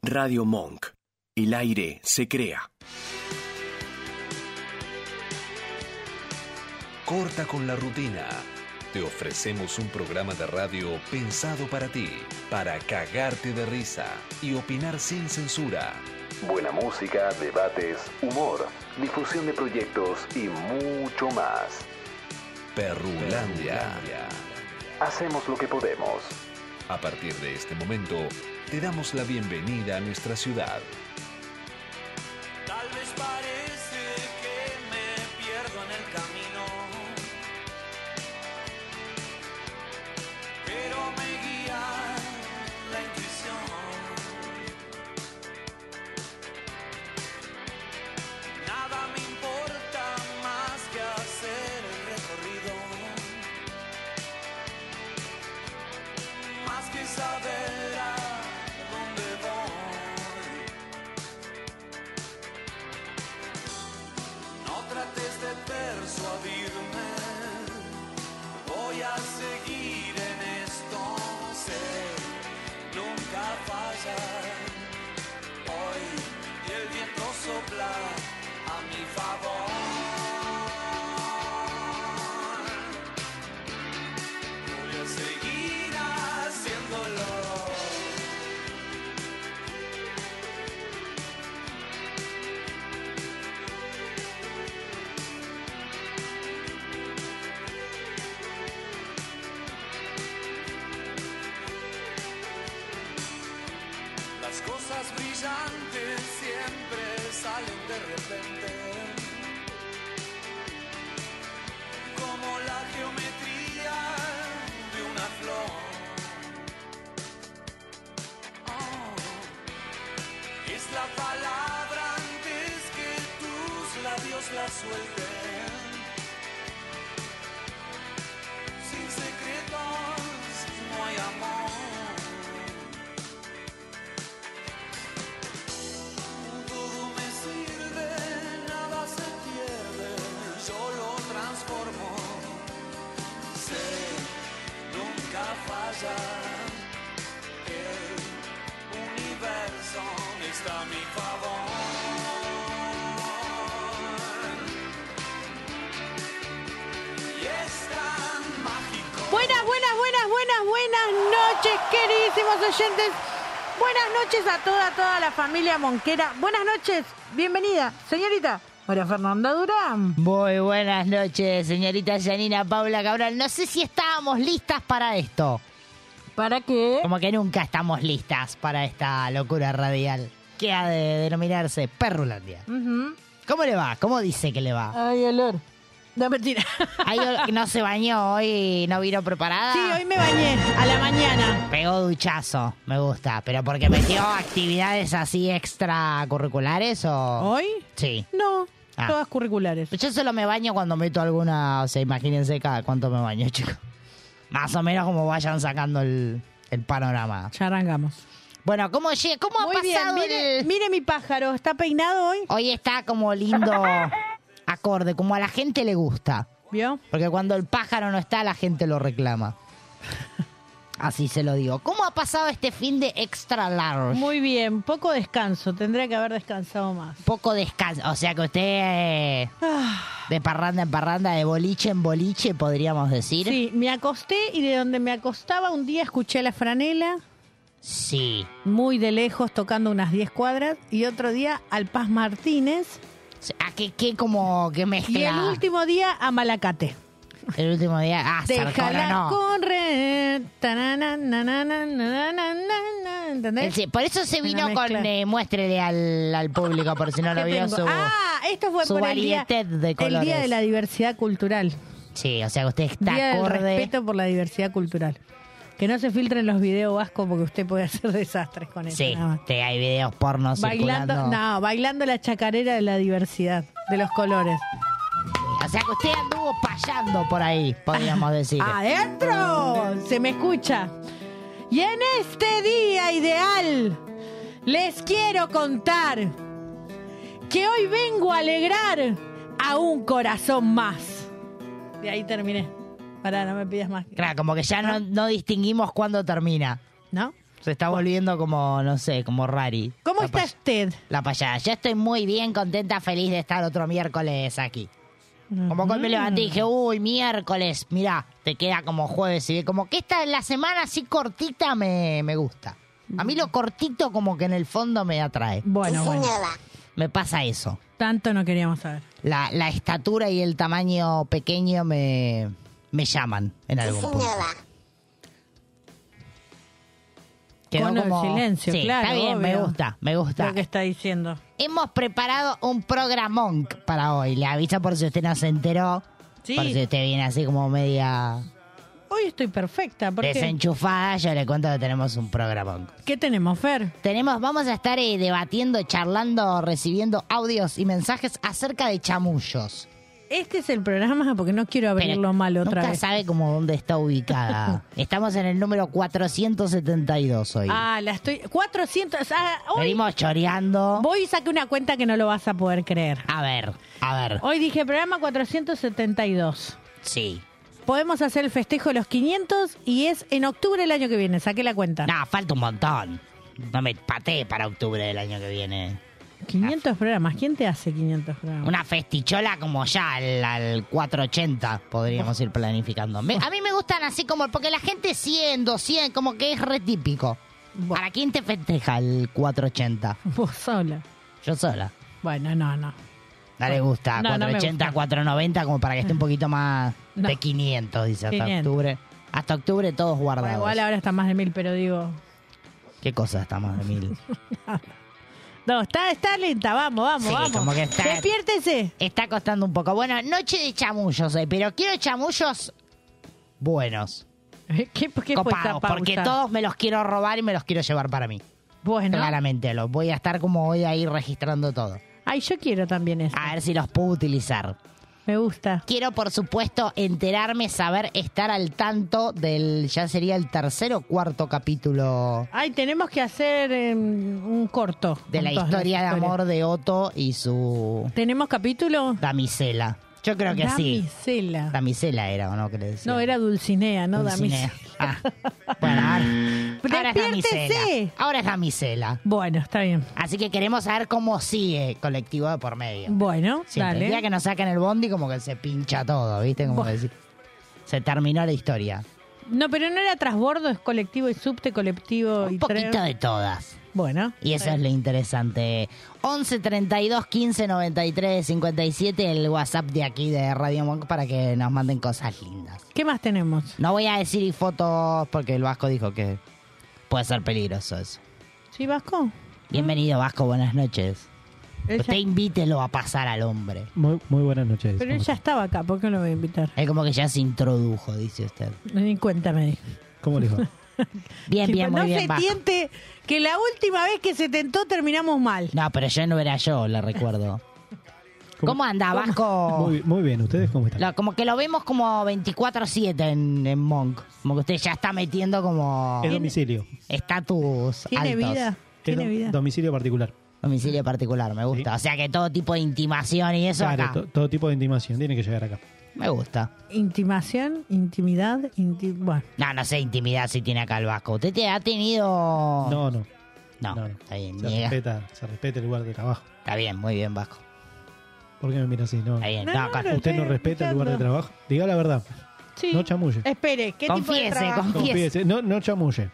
Radio Monk. El aire se crea. Corta con la rutina. Te ofrecemos un programa de radio pensado para ti, para cagarte de risa y opinar sin censura. Buena música, debates, humor, difusión de proyectos y mucho más. Perrulandia. Hacemos lo que podemos. A partir de este momento, te damos la bienvenida a nuestra ciudad. Tal vez parece que me pierdo en el camino, pero me guía la intuición. Nada me importa más que hacer el recorrido, más que saber a dónde voy. No trates de persuadirme, voy a seguir en esto, sé, nunca fallar. Hoy y el viento sopla a mi favor. Voy a seguir haciéndolo. Las cosas brillantes siempre salen de repente, como la geometría de una flor. Oh, es la palabra antes que tus labios la suelten. Sin secretos no hay amor. Todo me sirve, nada se pierde, yo lo transformo. Sé, nunca falla, el universo está a mi favor. Y es tan mágico. Buenas noches, queridísimos oyentes. Buenas noches a toda la familia monquera. Buenas noches, bienvenida, señorita María Fernanda Durán. Muy buenas noches, señorita Janina Paula Cabral. No sé si estábamos listas para esto. ¿Para qué? Como que nunca estamos listas para esta locura radial que ha de denominarse Perrulandia. ¿Cómo le va? ¿Cómo dice que le va? Ay, olor. No, mentira. ¿No se bañó hoy? ¿No vino preparada? Sí, hoy me bañé, a la mañana. Pegó duchazo, me gusta. ¿Pero porque metió actividades así extracurriculares o...? ¿Hoy? Sí. No, Ah. todas curriculares. Yo solo me baño cuando meto alguna... O sea, imagínense cada cuánto me baño, chicos. Más o menos como vayan sacando el panorama. Ya arrancamos. Bueno, ¿cómo ha Muy bien, pasado mire mi pájaro, ¿está peinado hoy? Hoy está como lindo acorde, como a la gente le gusta. ¿Vio? Porque cuando el pájaro no está, la gente lo reclama. Así se lo digo. ¿Cómo ha pasado este fin de extra large? Muy bien, poco descanso, tendría que haber descansado más. Poco descanso. O sea que usted de parranda en parranda, de boliche en boliche, podríamos decir. Sí, me acosté y de donde me acostaba un día escuché a La Franela, Sí. muy de lejos, tocando unas 10 cuadras, y otro día al Paz Martínez, ¿A qué como que mezcla? y el último día a Malacate. El último día. Sartora, Déjala no. correr. ¿Entendés? Sí, por eso se vino Una con mezcla. muéstrele al público, por si no lo ¿Qué vio tengo? Esto fue su por el día variedad de colores. de la diversidad cultural. Sí, o sea que usted está Día del acorde. respeto por la diversidad cultural. Que no se filtren los videos vascos porque usted puede hacer desastres con eso. Sí, nada más. hay videos pornos circulando. Bailando la chacarera de la diversidad, de los colores. O sea que usted anduvo payando por ahí, podríamos decir. ¡Adentro! Se me escucha. Y en este día ideal les quiero contar que hoy vengo a alegrar a un corazón más. De ahí terminé. Pará, no me pidas más. Claro, como que ya no distinguimos cuándo termina. ¿No? Se está volviendo como, no sé, como rari. ¿Cómo está usted? La payada. Yo estoy muy bien, contenta, feliz de estar otro miércoles aquí. Como cuando me levanté y dije, uy, miércoles, mirá, te queda como jueves. Y como que la semana así cortita me gusta. A mí lo cortito como que en el fondo me atrae. Bueno. Me pasa eso. Tanto no queríamos saber. La estatura y el tamaño pequeño me llaman en algún punto. Quedó Con como... el silencio, sí, claro. Está bien, obvio. me gusta. Lo que está diciendo. Hemos preparado un programón para hoy. Le aviso por si usted no se enteró. Sí. Por si usted viene así como media Hoy estoy perfecta. ¿Por qué? desenchufada, yo le cuento que tenemos un programón. ¿Qué tenemos, Fer? Vamos a estar debatiendo, charlando, recibiendo audios y mensajes acerca de chamullos. Este es el programa porque no quiero abrirlo mal otra nunca vez. sabe como dónde está ubicada. Estamos en el número 472 hoy. La estoy... 400... hoy Venimos choreando. voy y saqué una cuenta que no lo vas a poder creer. A ver. Hoy dije programa 472. Sí. Podemos hacer el festejo de los 500 y es en octubre del año que viene. Saqué la cuenta. No, falta un montón. No me pateé para octubre del año que viene. 500 programas. ¿Quién te hace 500 programas? Una festichola como ya al 480 podríamos ir planificando. A mí me gustan así como... Porque la gente 100, 200, como que es re típico. Bueno. ¿Para quién te festeja el 480? Vos sola. Yo sola. Bueno, no. No le gusta. No, no me 480, gusta. 490 como para que esté un poquito más No. de 500, dice hasta 500. octubre. Hasta octubre todos guardados. Bueno, igual ahora está más de 1000, pero digo... ¿Qué cosa está más de 1000? No, está lenta. Vamos. Sí, como que está- Despiértese. Está costando un poco. Bueno, noche de chamullos hoy, pero quiero chamullos buenos. ¿Qué fue esta Copados, pausa? porque todos me los quiero robar y me los quiero llevar para mí. Bueno. Claramente, los voy a estar como hoy ahí registrando todo. Ay, yo quiero también eso. A ver si los puedo utilizar. Me gusta. Quiero, por supuesto, enterarme, saber, estar al tanto del... Ya sería el tercer o cuarto capítulo Ay, tenemos que hacer un corto. de la con todas historia de las historias. amor de Otto y su ¿Tenemos capítulo? damisela. Yo creo que sí. Damisela. Damisela era, ¿o no? Que le decían. No, era Dulcinea, no Dulcinea. Damisela. Ah, bueno, ahora es Despiértese. damisela. Ahora es damisela. Bueno, está bien. Así que queremos saber cómo sigue Colectivo de por medio. Bueno, Siempre. El día dale. que nos sacan el bondi como que se pincha todo, ¿viste? Como decir, se terminó la historia. No, pero no era transbordo, es colectivo y subte, colectivo y Un poquito tren. de todas. Bueno. Y eso es lo interesante. 11 32 15 93 57, el WhatsApp de aquí de Radio Monk para que nos manden cosas lindas. ¿Qué más tenemos? No voy a decir fotos porque el Vasco dijo que puede ser peligroso eso. ¿Sí, Vasco? Bienvenido, Vasco, buenas noches. Él Usted ya- invítelo a pasar al hombre. Muy buenas noches. Pero él ya estaba acá, ¿por qué no lo voy a invitar? Es como que ya se introdujo, dice usted. Ni cuenta me di. ¿Cómo le dijo? Bien, bien, no muy bien, se Vasco. tiente que la última vez que se tentó terminamos mal. No, pero yo no era yo, le recuerdo. ¿Cómo anda, Vasco? Muy bien, ¿ustedes cómo están? Como que lo vemos como 24/7 en Monk. Como que usted ya está metiendo como Es domicilio. estatus ¿Tiene altos. vida? ¿Tiene vida? Domicilio particular. Domicilio particular, me gusta. Sí. O sea que todo tipo de intimación y eso Claro, acá. todo tipo de intimación tiene que llegar acá. Me gusta. Intimación, intimidad, bueno. No sé intimidad si tiene acá el Vasco. ¿Usted ha tenido...? No. No, está bien. Se niega. respeta el lugar de trabajo. Está bien, muy bien, Vasco. ¿Por qué me mira así? No. Está bien. No, No, acá- no, ¿Usted no estoy respeta el lugar de escuchando. trabajo? Diga la verdad. Sí. No chamulle. Espere, ¿qué tipo de Confiese, trabajo? Confíese. No chamulle.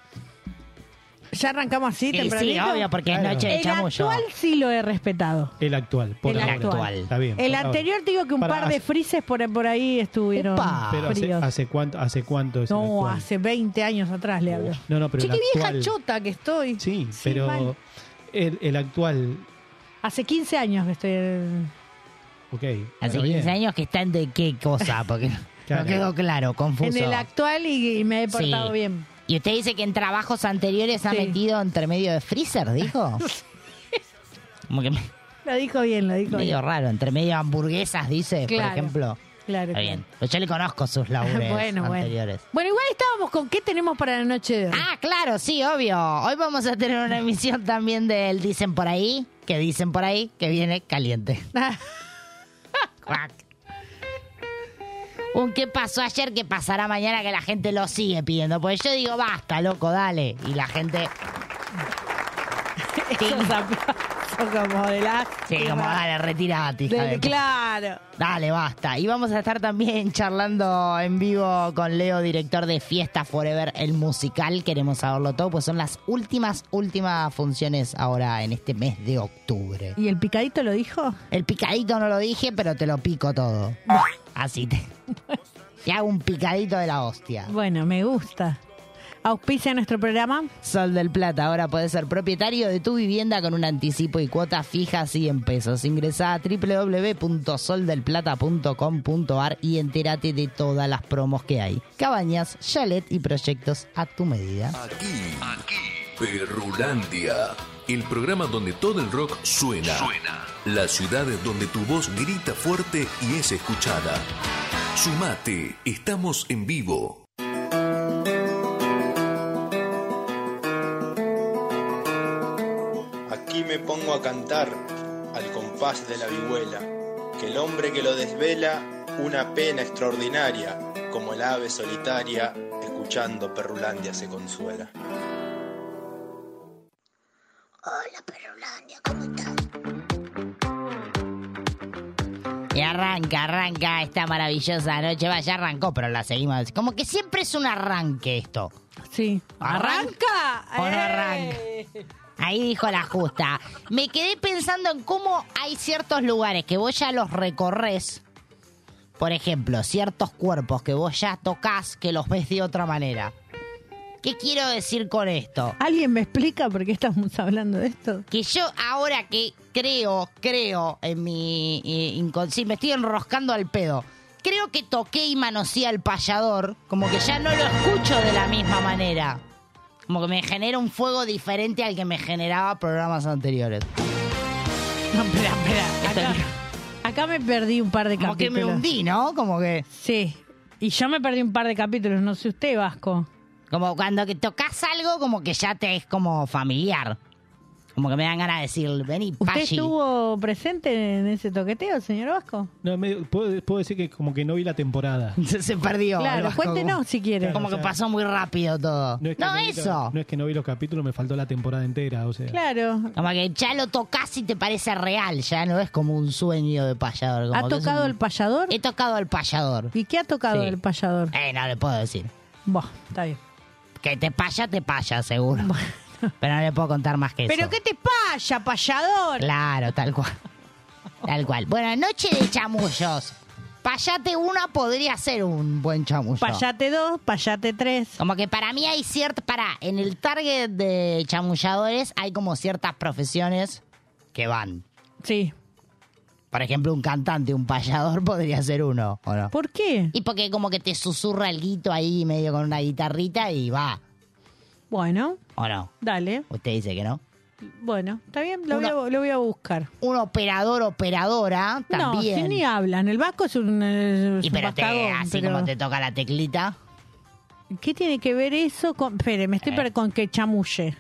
Ya arrancamos así, Sí, tempranito. obvio, porque es Claro. noche de El chamullo. actual sí lo he respetado. El actual. Por El ahora. actual. Está bien. El por ahora. anterior te digo que un Para, par de hace- frises por ahí estuvieron Epa. Pero fríos. ¿hace cuánto es el No, actual? hace 20 años atrás le hablo. No, pero Chiqui el vieja actual... chota que estoy. Sí, mal. pero el actual... Hace 15 años que estoy... Ok. Hace bueno, 15 bien. años que está en de qué cosa, porque Claro. no quedó claro, confuso. En el actual y me he portado Sí. bien. Y usted dice que en trabajos anteriores ha Sí. metido entre medio de freezer, ¿dijo? Como que Lo dijo bien, lo dijo medio bien. raro, entre medio de hamburguesas, dice, Claro. por ejemplo. Claro, Está claro. bien. Pero yo le conozco sus labores Bueno. anteriores. Bueno, igual estábamos con qué tenemos para la noche de hoy. Ah, claro, sí, obvio. Hoy vamos a tener una emisión también del Dicen por ahí, que viene caliente. Cuac. Un ¿qué pasó ayer? ¿Qué pasará mañana? Que la gente lo sigue pidiendo. Porque yo digo, basta, loco, dale. Y la gente... Esos aplausos como de la... Sí, como dale, retirate, hija de... Claro. Dale, basta. Y vamos a estar también charlando en vivo con Leo, director de Fiesta Forever, el musical. Queremos saberlo todo, pues son las últimas funciones ahora en este mes de octubre. ¿Y el picadito lo dijo? El picadito no lo dije, pero te lo pico todo. Así te hago un picadito de la hostia. Bueno, me gusta. Auspicia nuestro programa. Sol del Plata, ahora puedes ser propietario de tu vivienda con un anticipo y cuota fija 100 pesos. Ingresá a www.soldelplata.com.ar y entérate de todas las promos que hay. Cabañas, chalet y proyectos a tu medida. Aquí, Perrulandia, el programa donde todo el rock suena. La ciudad donde tu voz grita fuerte y es escuchada. Sumate, estamos en vivo. Aquí me pongo a cantar al compás de la vihuela, que el hombre que lo desvela una pena extraordinaria, como el ave solitaria, escuchando Perrulandia se consuela. Hola Perrulandia, ¿cómo estás? Y arranca esta maravillosa noche. Ya arrancó, pero la seguimos. Como que siempre es un arranque esto. Sí. ¿Arranca? ¿O no arranca? Ahí dijo la justa. Me quedé pensando en cómo hay ciertos lugares que vos ya los recorres. Por ejemplo, ciertos cuerpos que vos ya tocas que los ves de otra manera. ¿Qué quiero decir con esto? ¿Alguien me explica por qué estamos hablando de esto? Que yo ahora que creo en mi inconsciente, me estoy enroscando al pedo. Creo que toqué y manoseé al payador, como que ya no lo escucho de la misma manera. Como que me genera un fuego diferente al que me generaba programas anteriores. No, espera. Acá me perdí un par de Como capítulos. que me hundí, ¿no? Como que... Sí. Y yo me perdí un par de capítulos, no sé usted, Vasco. Como cuando que tocas algo, como que ya te es como familiar. Como que me dan ganas de decir, vení, ¿Usted Pachi. estuvo presente en ese toqueteo, señor Vasco? No, puedo decir que como que no vi la temporada. Se perdió. el Claro, Vasco, cuéntenos si quiere. Como que pasó muy rápido todo. No, es que eso. No es que no vi los capítulos, me faltó la temporada entera, o sea. Claro. Como que ya lo tocas y te parece real, ya no es como un sueño de payador. Como ¿Ha que es tocado el payador? He tocado al payador. ¿Y qué ha tocado Sí. el payador? No le puedo decir. Buah, está bien. Que te paya, seguro. Pero no le puedo contar más que eso. ¿Pero qué te paya, payador? Claro, tal cual. Tal cual. Bueno, noche de chamullos. Payate 1 podría ser un buen chamullo. Payate 2, payate 3. Como que para mí hay cierta... en el target de chamulladores hay como ciertas profesiones que van. Sí. Por ejemplo, un cantante, un payador podría ser uno, ¿o no? ¿Por qué? Y porque como que te susurra el guito ahí medio con una guitarrita y va, Bueno, ¿o no? dale. Usted dice que no. Bueno, está bien, lo voy a buscar. Un operador, operadora, también. No, si ni hablan. El Vasco es un Y pero vascagón, así pero- como te toca la teclita. ¿Qué tiene que ver eso con...? Espere, me estoy con que chamulle.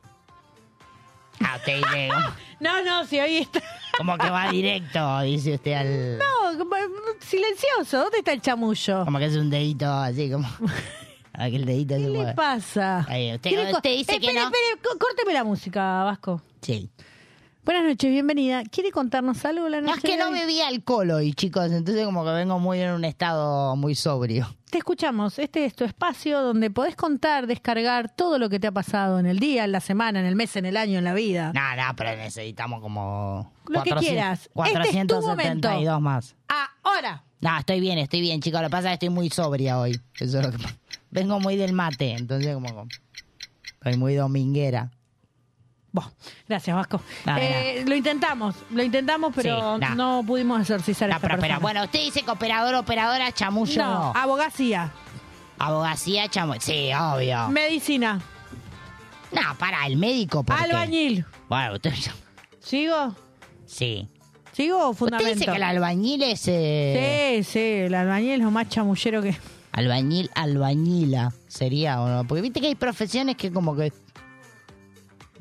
Usted dice No, si hoy está... como que va directo, dice usted al... No, silencioso. ¿Dónde está el chamullo? Como que es un dedito así como... Aquel dedito ¿Qué se le mueve. pasa? Ahí, usted ¿Quiere dice que espere, no. espere, córteme la música, Vasco. Sí. Buenas noches, bienvenida. ¿Quiere contarnos algo la noche No, es que de no hoy? bebí alcohol hoy, chicos, entonces como que vengo muy en un estado muy sobrio. Te escuchamos. Este es tu espacio donde podés contar, descargar todo lo que te ha pasado en el día, en la semana, en el mes, en el año, en la vida. No, pero necesitamos como... Lo que quieras. Este es tu momento. 472 más. Ahora. No, estoy bien, chicos. Lo que pasa es que estoy muy sobria hoy. Eso es lo que pasa. Vengo muy del mate, entonces como... Soy muy dominguera. Bueno, gracias, Vasco. No, de lo intentamos, pero Sí, no pudimos exorcizar a No, esta pero espera. persona. Bueno, usted dice que operador, operadora, chamullo. No, abogacía, Abogacía, chamullo. Sí, obvio. medicina, No, para, el médico, ¿por qué? albañil. Bueno, usted... ¿Sigo? Sí. ¿Sigo o ¿Usted fundamento? dice que el albañil es... Sí, el albañil es lo más chamullero que... Albañila sería, ¿o no? Porque viste que hay profesiones que como que...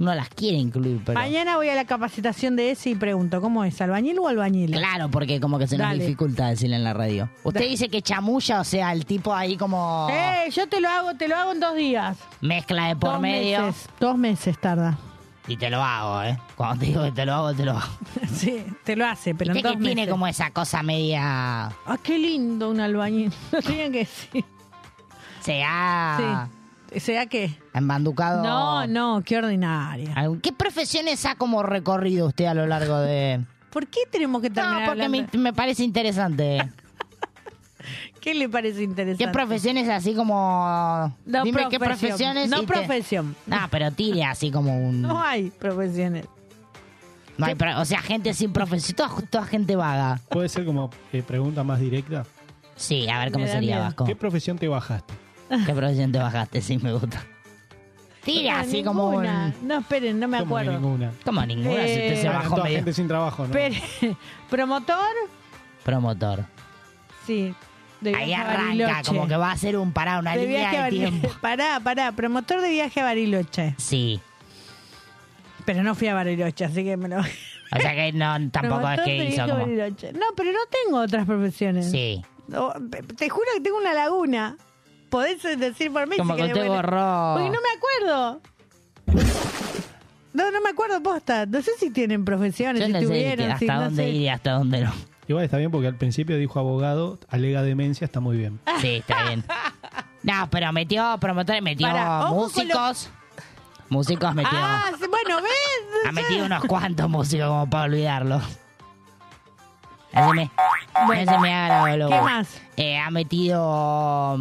Uno las quiere incluir, pero... Mañana voy a la capacitación de ese y pregunto, ¿cómo es? ¿Albañil o albañil? Claro, porque como que se nos Dale. dificulta decirle en la radio. Usted dice que chamulla, o sea, el tipo ahí como... Yo te lo hago en 2 días. Mezcla de por 2 medio. meses. 2 meses tarda. Y te lo hago, ¿eh? Cuando te digo que te lo hago, te lo hago. Sí, te lo hace, pero en Viste 2 que tiene meses. como esa cosa media... Ah, qué lindo un albañil. No tenían que decir. Se ha Sí. ¿Sea qué? embanducado... No, qué ordinaria. ¿Qué profesiones ha como recorrido usted a lo largo de...? ¿Por qué tenemos que terminar No, porque hablando? me parece interesante. ¿Qué le parece interesante? ¿Qué profesiones así como...? No, Dime qué profesión. profesiones... No y te- profesión. No, pero tire así como un... No hay profesiones. No hay o sea, gente sin profesión. Toda gente vaga. Puede ser como pregunta más directa. Sí, a ver cómo Me da sería, miedo. Vasco. ¿Qué profesión te bajaste? ¿Qué profesión te bajaste? Sí, me gusta. Tire No, así como ninguna. un... No, esperen, no me ¿Cómo que acuerdo. ninguna? Como ninguna, si usted se Ah, bajó Toda medio... gente sin trabajo, ¿no? Espere. ¿Promotor? Promotor. Sí. De Ahí viaje a arranca, Bariloche. como que va a ser un pará, una De línea viaje a de Bariloche. tiempo. Pará. Promotor de viaje a Bariloche. Sí. Pero no fui a Bariloche, así que me lo... O sea que no, tampoco es Promotor de que hizo viaje a como... Bariloche. No, pero no tengo otras profesiones. Sí. No, te juro que tengo una laguna. Podés decir por mí Como si que querés, usted bueno. borró... Porque no me acuerdo. No me acuerdo posta. No sé si tienen profesiones, Yo si no sé tuvieron, si hasta no dónde sé. ir y hasta dónde no. Igual está bien porque al principio dijo abogado, alega demencia, está muy bien. Sí, está bien. No, pero metió promotores, metió Pará, ojo con músicos. Músicos metió... Ah, sí, bueno, ¿ves? Ha metido unos cuantos músicos como para olvidarlo. No se me, no se me haga la boluda. ¿Qué más? Ha metido...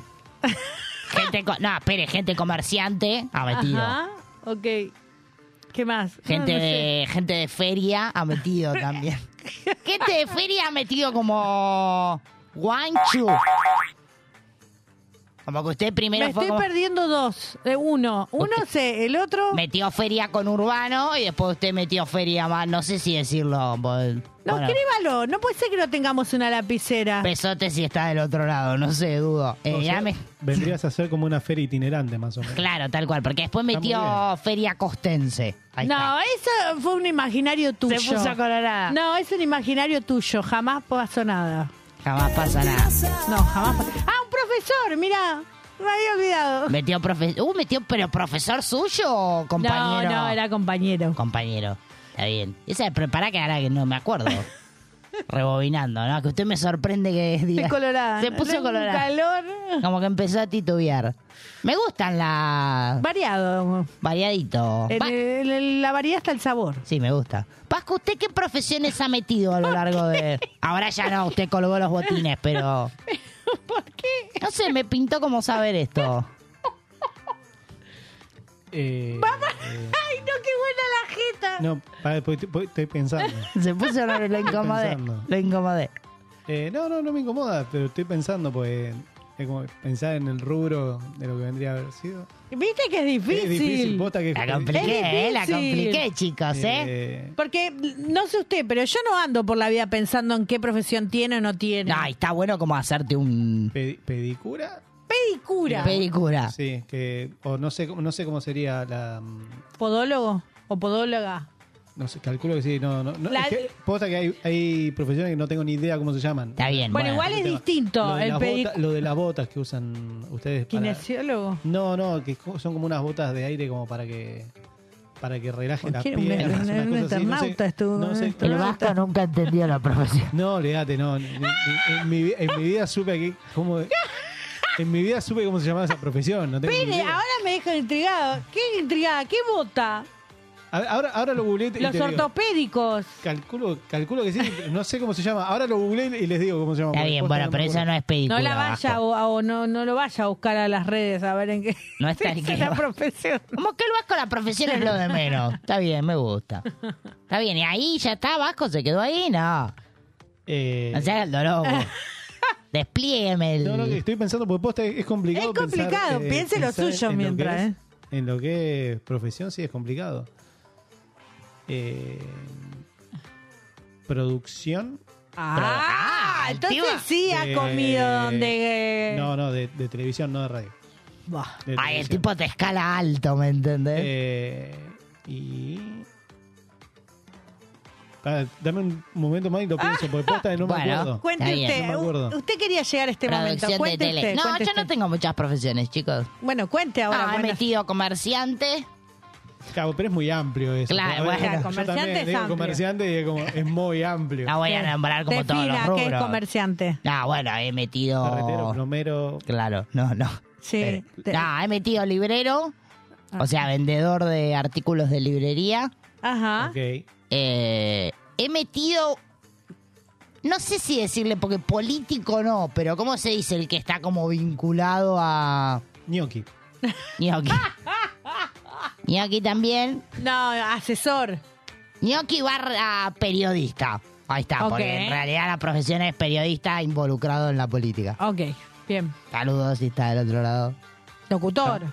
gente comerciante. Ha metido. Ajá, ok. ¿Qué más? No, Gente, no sé. gente de feria ha metido también. Gente de feria ha metido como... Guanchu. Como que usted primero Me fue estoy como... perdiendo 2. Uno sé, el otro... Metió feria con urbano y después usted metió feria más... No sé si decirlo. Pues, No, bueno, escríbalo. No puede ser que no tengamos una lapicera. Pesote si está del otro lado, no sé, dudo. O sea, Ya me- vendrías a ser como una feria itinerante, más o menos. Claro, tal cual, porque después Está muy metió feria costense. Ahí No, está. eso fue un imaginario tuyo. Se puso colorada. No, es un imaginario tuyo. Jamás pasó nada. Jamás pasa nada. No, jamás pasó. Ah, un profesor, mirá. Me había olvidado. Metió pero profesor suyo o compañero. No, era compañero. Compañero. Está bien. Esa es prepara que ahora que no me acuerdo. Rebobinando, ¿no? Que usted me sorprende que diga. Estoy colorada. Se puso Un colorada. calor Como que empezó a titubear. Me gustan las... variado. Variadito. La variedad está el sabor. Sí, me gusta. Pascu, ¿usted qué profesiones ha metido a lo largo de...? Ahora ya no, usted colgó los botines, pero... ¿Por qué? No sé, me pintó como saber esto. Ay, no, qué buena la jeta. No, porque estoy pensando. Se puso, no, lo incomodé. pensando. Lo incomodé. No me incomoda, pero estoy pensando, pues, es como pensar en el rubro de lo que vendría a haber sido. ¿Viste que es difícil? Es difícil, posta que La Es compliqué, la difícil. compliqué, chicos, ¿eh? Porque, no sé usted, pero yo no ando por la vida pensando en qué profesión tiene o no tiene. No, y está bueno como hacerte un... ¿Pedicura? Pedicura. Pedicura. Sí, o no sé cómo sería la... ¿Podólogo o podóloga? No sé, calculo que sí, no. La- Es que, posta que hay profesiones que no tengo ni idea cómo se llaman. Está bien, Bueno, igual es distinto. Lo de, El las pedic- botas, lo de las botas que usan ustedes para... ¿Kinesiólogo? No, que son como unas botas de aire como para que relaje las Porque un piernas, una cosa así, no sé- eternauta estuvo. no sé- El Vasco nunca entendió la profesión. No, olvídate, no. En mi vida supe cómo se llamaba esa profesión. No tengo ni Mire, idea. ahora me deja intrigado. ¿Qué intrigada? ¿Qué bota? Ahora lo googleé y Los te digo. ortopédicos. Calculo que sí, no sé cómo se llama. Ahora lo googleé y les digo cómo se llama. Está porque bien, posta bueno, me pero acuerdo. eso no es pedicura, No la vaya Vasco. o no lo vaya a buscar a las redes a ver en qué. No está en es qué la va. profesión. Como que el Vasco la profesión es lo de menos. Está bien, me gusta. Está bien, y ahí ya está, Vasco, se quedó ahí, no. No se haga el dolor. Despliegueme el... No, que estoy pensando, porque posta es complicado. Es complicado, pensar, piense lo pensar suyo en lo que mientras, es- ¿eh? En lo que es profesión, sí es complicado. Producción. el Entonces tío- sí ha de- comido donde. No, de televisión, no de radio. Bah. De Ay, el televisión. tipo te escala alto, ¿me entendés? Y... dame un momento más y lo pienso, porque posta no me Bueno. acuerdo. Cuente Está bien, usted. no me acuerdo. Usted quería llegar a este momento. Producción de Cuente tele. usted. No, cuente yo no usted. tengo muchas profesiones, chicos. Bueno, cuente ahora. He bueno. metido comerciante. Claro, pero es muy amplio eso. Claro, A ver, bueno. yo Comerciante también es digo amplio. comerciante y es muy amplio. No voy a nombrar como todos los Defina rubros. qué es comerciante. No, bueno, he metido... Carretero, plomero. Claro, no. Sí. No, he metido librero, o sea, vendedor de artículos de librería. Ajá. Ok. He metido, no sé si decirle, porque político no, pero ¿cómo se dice el que está como vinculado a Gnocchi. Gnocchi? Gnocchi también. No, asesor. Gnocchi barra periodista. Ahí está, Ok. porque en realidad la profesión es periodista involucrado en la política. Ok, bien. Saludos si está del otro lado. Locutor.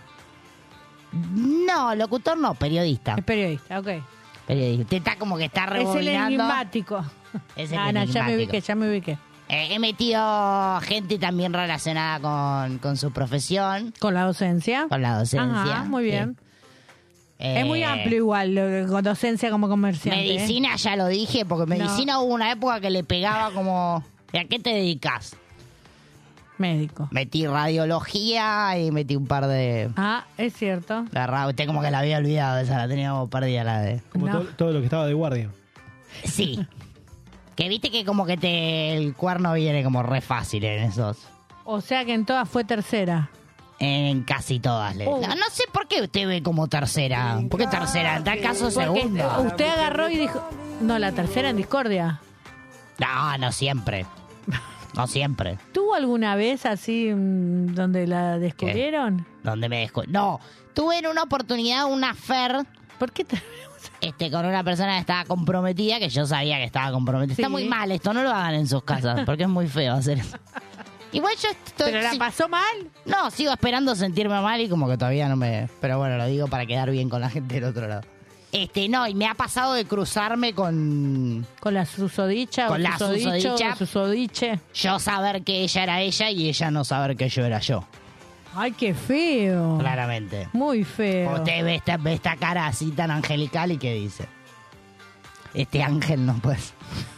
No, locutor no, periodista. Es periodista, ok. Periodista. Usted está como que está Es el rebobinando. enigmático. Es el Ah, no, ya me enigmático. ubiqué. He metido gente también relacionada con su profesión, Con la docencia. con la docencia. Ajá, muy sí. bien. Es muy amplio igual, con docencia como comerciante. Medicina ya lo dije, porque medicina hubo una época que le pegaba como... ¿A qué te dedicas? Médico. Metí radiología y metí un par de... Ah, es cierto. Usted como que la había olvidado, esa la teníamos perdida la de... Como No. todo lo que estaba de guardia. Sí. Que viste que como que el cuerno viene como re fácil en esos... O sea que en todas fue tercera. En casi todas. Oh. No sé por qué usted ve como tercera. ¿Por qué tercera? En tal caso Porque segunda. usted agarró y dijo... No, la tercera en discordia. No siempre. No siempre. ¿Tuvo alguna vez así donde la descubrieron? ¿Dónde me descu... No, tuve en una oportunidad una affair ¿Por qué? con una persona que estaba comprometida, que yo sabía que estaba comprometida. Sí. Está muy mal esto, no lo hagan en sus casas, porque es muy feo hacer eso. Igual yo estoy... ¿Pero la pasó mal? No, sigo esperando sentirme mal y como que todavía no me... Pero bueno, lo digo para quedar bien con la gente del otro lado. No, y me ha pasado de cruzarme con... ¿Con la susodicha Con o la susodicho susodicha. o susodiche? Yo saber que ella era ella y ella no saber que yo era yo. Ay, qué feo. Claramente. Muy feo. Usted ve esta cara así tan angelical y ¿qué dice? Este ángel no pues.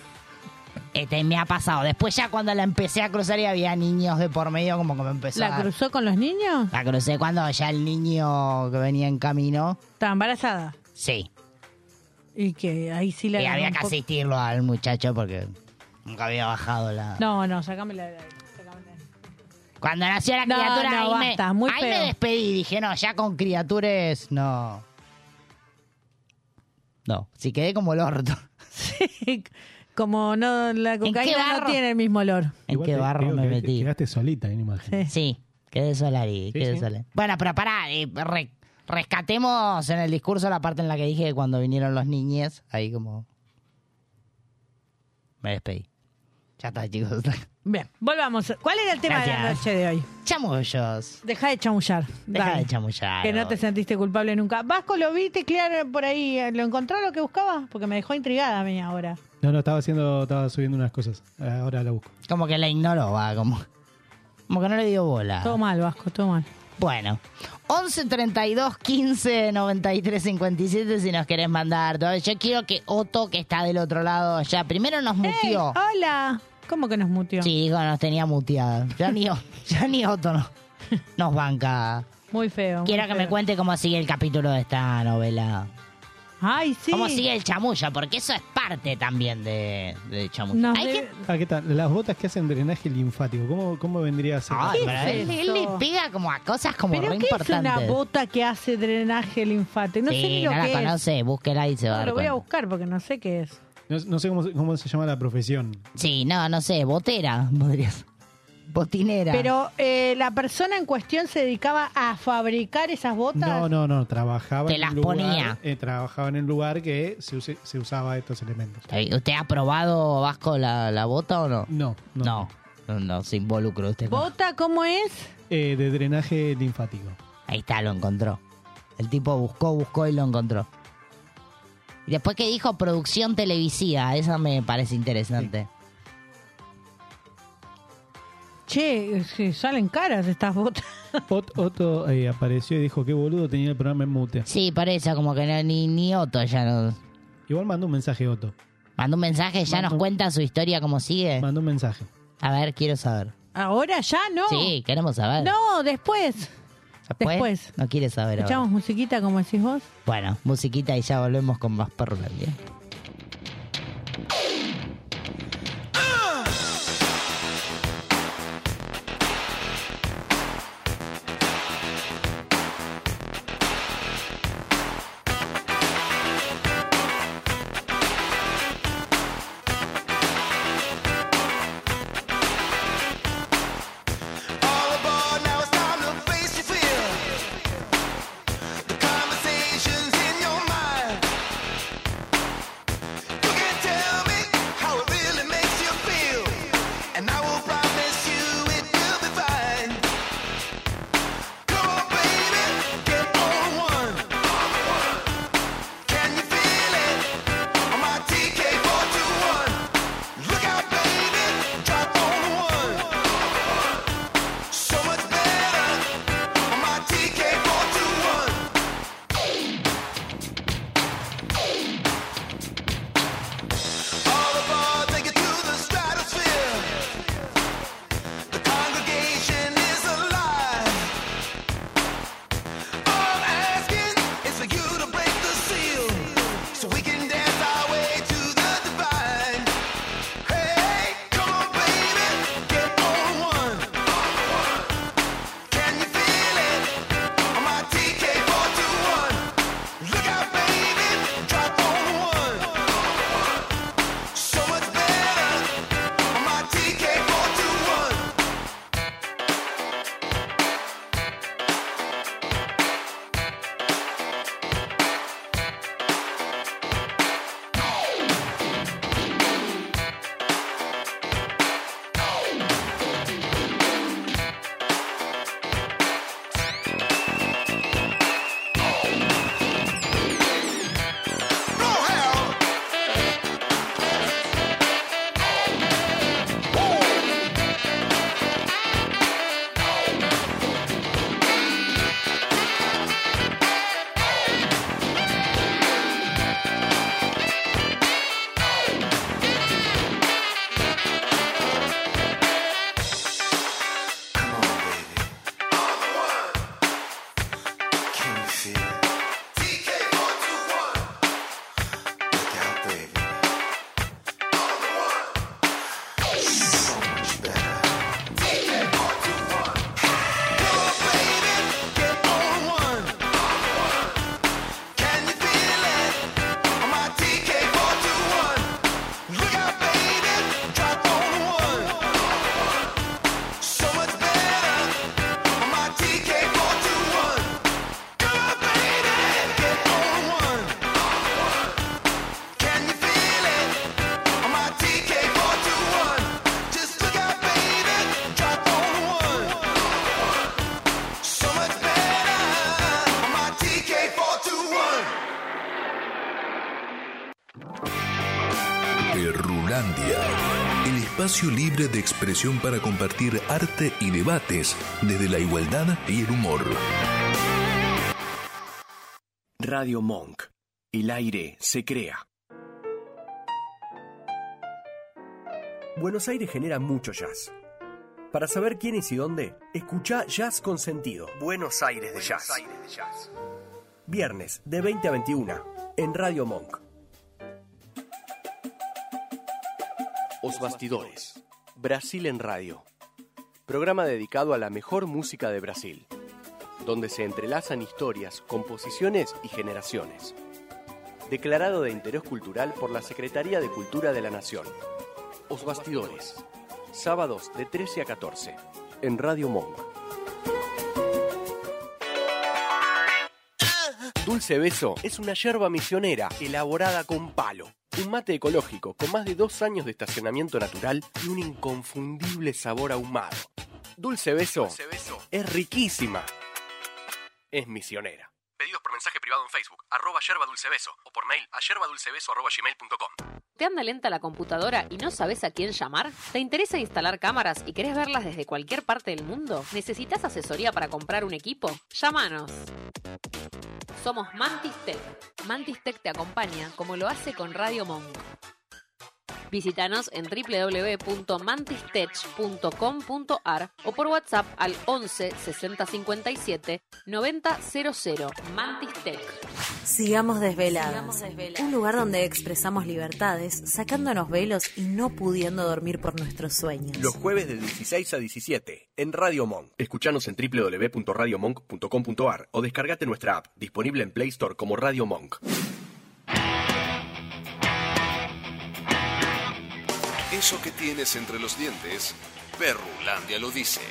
Me ha pasado. Después ya cuando la empecé a cruzar y había niños de por medio, como que me empezó ¿La cruzó con los niños? La crucé cuando ya el niño que venía en camino. ¿Estaba embarazada? Sí. Y que ahí sí la Y agarró había un que poco. asistirlo al muchacho porque nunca había bajado la... No, sacámela de ahí. Cuando nació la No, criatura, no, ahí, basta, muy ahí feo. me despedí. Dije, no, ya con criaturas, no. No, si quedé como el orto. Sí, como no, la qué cocaína barro? no tiene el mismo olor. ¿En Igual qué te barro digo me que metí? Quedaste solita en imagen. Sí. Sí, quedé sola ahí, quedé sí. sola. Bueno, pero pará, rescatemos en el discurso la parte en la que dije que cuando vinieron los niñes, ahí como... Me despedí. Ya está, chicos. Bien, volvamos. ¿Cuál era el tema de la Gracias. noche de hoy? Chamullos. Deja de chamullar. Deja Dale. de chamullar. Que no te sentiste culpable nunca. Vasco, ¿lo vi teclear por ahí? ¿Lo encontró lo que buscaba? Porque me dejó intrigada a mí ahora. No, estaba subiendo unas cosas. Ahora la busco. Como que la ignoró, va, como que no le dio bola. Todo mal, Vasco, todo mal. Bueno, 11 32 15 93 57 si nos querés mandar. Yo quiero que Otto, que está del otro lado ya, primero nos muteó. Hola. ¿Cómo que nos muteó? Sí, dijo, nos tenía muteada. Ya ni Otto nos banca. Muy feo. Quiero muy que feo. me cuente cómo sigue el capítulo de esta novela. Ay, sí. Cómo sigue el chamulla, porque eso es parte también de chamulla. Nos Hay debe- que... ¿Qué tal? Las botas que hacen drenaje linfático. ¿Cómo vendría a ser? Ay, ¿Qué pero es él le eso? pega como a cosas como ¿Pero re qué es importantes. una bota que hace drenaje linfático? No sé sí, ni lo no la que es. conoce, búsquela y se va a No, dar lo voy a cuenta. buscar porque no sé qué es. No sé cómo se llama la profesión. Sí, no sé, botera, podrías. Botinera. Pero la persona en cuestión se dedicaba a fabricar esas botas. No. Trabajaba Te en las un lugar, ponía. trabajaba en el lugar que se usaba estos elementos. ¿Usted ha probado, Vasco, la bota o no? No, se involucra usted. ¿Bota cómo es? De drenaje linfático. Ahí está, lo encontró. El tipo buscó y lo encontró. Y después que dijo producción televisiva, esa me parece interesante. Che, salen caras estas botas. Otto apareció y dijo que boludo tenía el programa en mute. Sí, parece como que ni Otto ya no... Igual mandó un mensaje Otto. ¿Mandó un mensaje? ¿Ya nos cuenta su historia cómo sigue? Mandó un mensaje. A ver, quiero saber. ¿Ahora ya no? Sí, queremos saber. No, después. Después. No quiere saber ahora. ¿Echamos musiquita como decís vos? Bueno, musiquita y ya volvemos con más Perrulandia. Conversations in your mind. Perrulandia, el espacio libre de expresión para compartir arte y debates desde la igualdad y el humor. Radio Monk. El aire se crea. Buenos Aires genera mucho jazz. Para saber quién es y dónde, escuchá Jazz con Sentido. Buenos Aires de Jazz. Viernes de 20 a 21 en Radio Monk. Os Bastidores. Brasil en Radio. Programa dedicado a la mejor música de Brasil, donde se entrelazan historias, composiciones y generaciones. Declarado de interés cultural por la Secretaría de Cultura de la Nación. Os Bastidores. Sábados de 13 a 14 en Radio Monk. Dulce Beso es una yerba misionera elaborada con palo. Un mate ecológico con más de 2 años de estacionamiento natural y un inconfundible sabor ahumado. Dulce Beso es riquísima. Es misionera. Pedidos por mensaje privado en Facebook, @yerbadulcebeso, o por mail a yerbadulcebeso@gmail.com. ¿Te anda lenta la computadora y no sabes a quién llamar? ¿Te interesa instalar cámaras y querés verlas desde cualquier parte del mundo? ¿Necesitas asesoría para comprar un equipo? Llámanos. Somos Mantis Tech. Mantis Tech te acompaña como lo hace con Radio Monk. Visítanos en www.mantistech.com.ar o por WhatsApp al 11 60 57 90 00. Mantis Tech. Sigamos desveladas. Un lugar donde expresamos libertades, sacándonos velos y no pudiendo dormir por nuestros sueños. Los jueves de 16 a 17 en Radio Monk. Escuchanos en www.radiomonk.com.ar o descargate nuestra app, disponible en Play Store como Radio Monk. Eso que tienes entre los dientes, Perrulandia lo dice.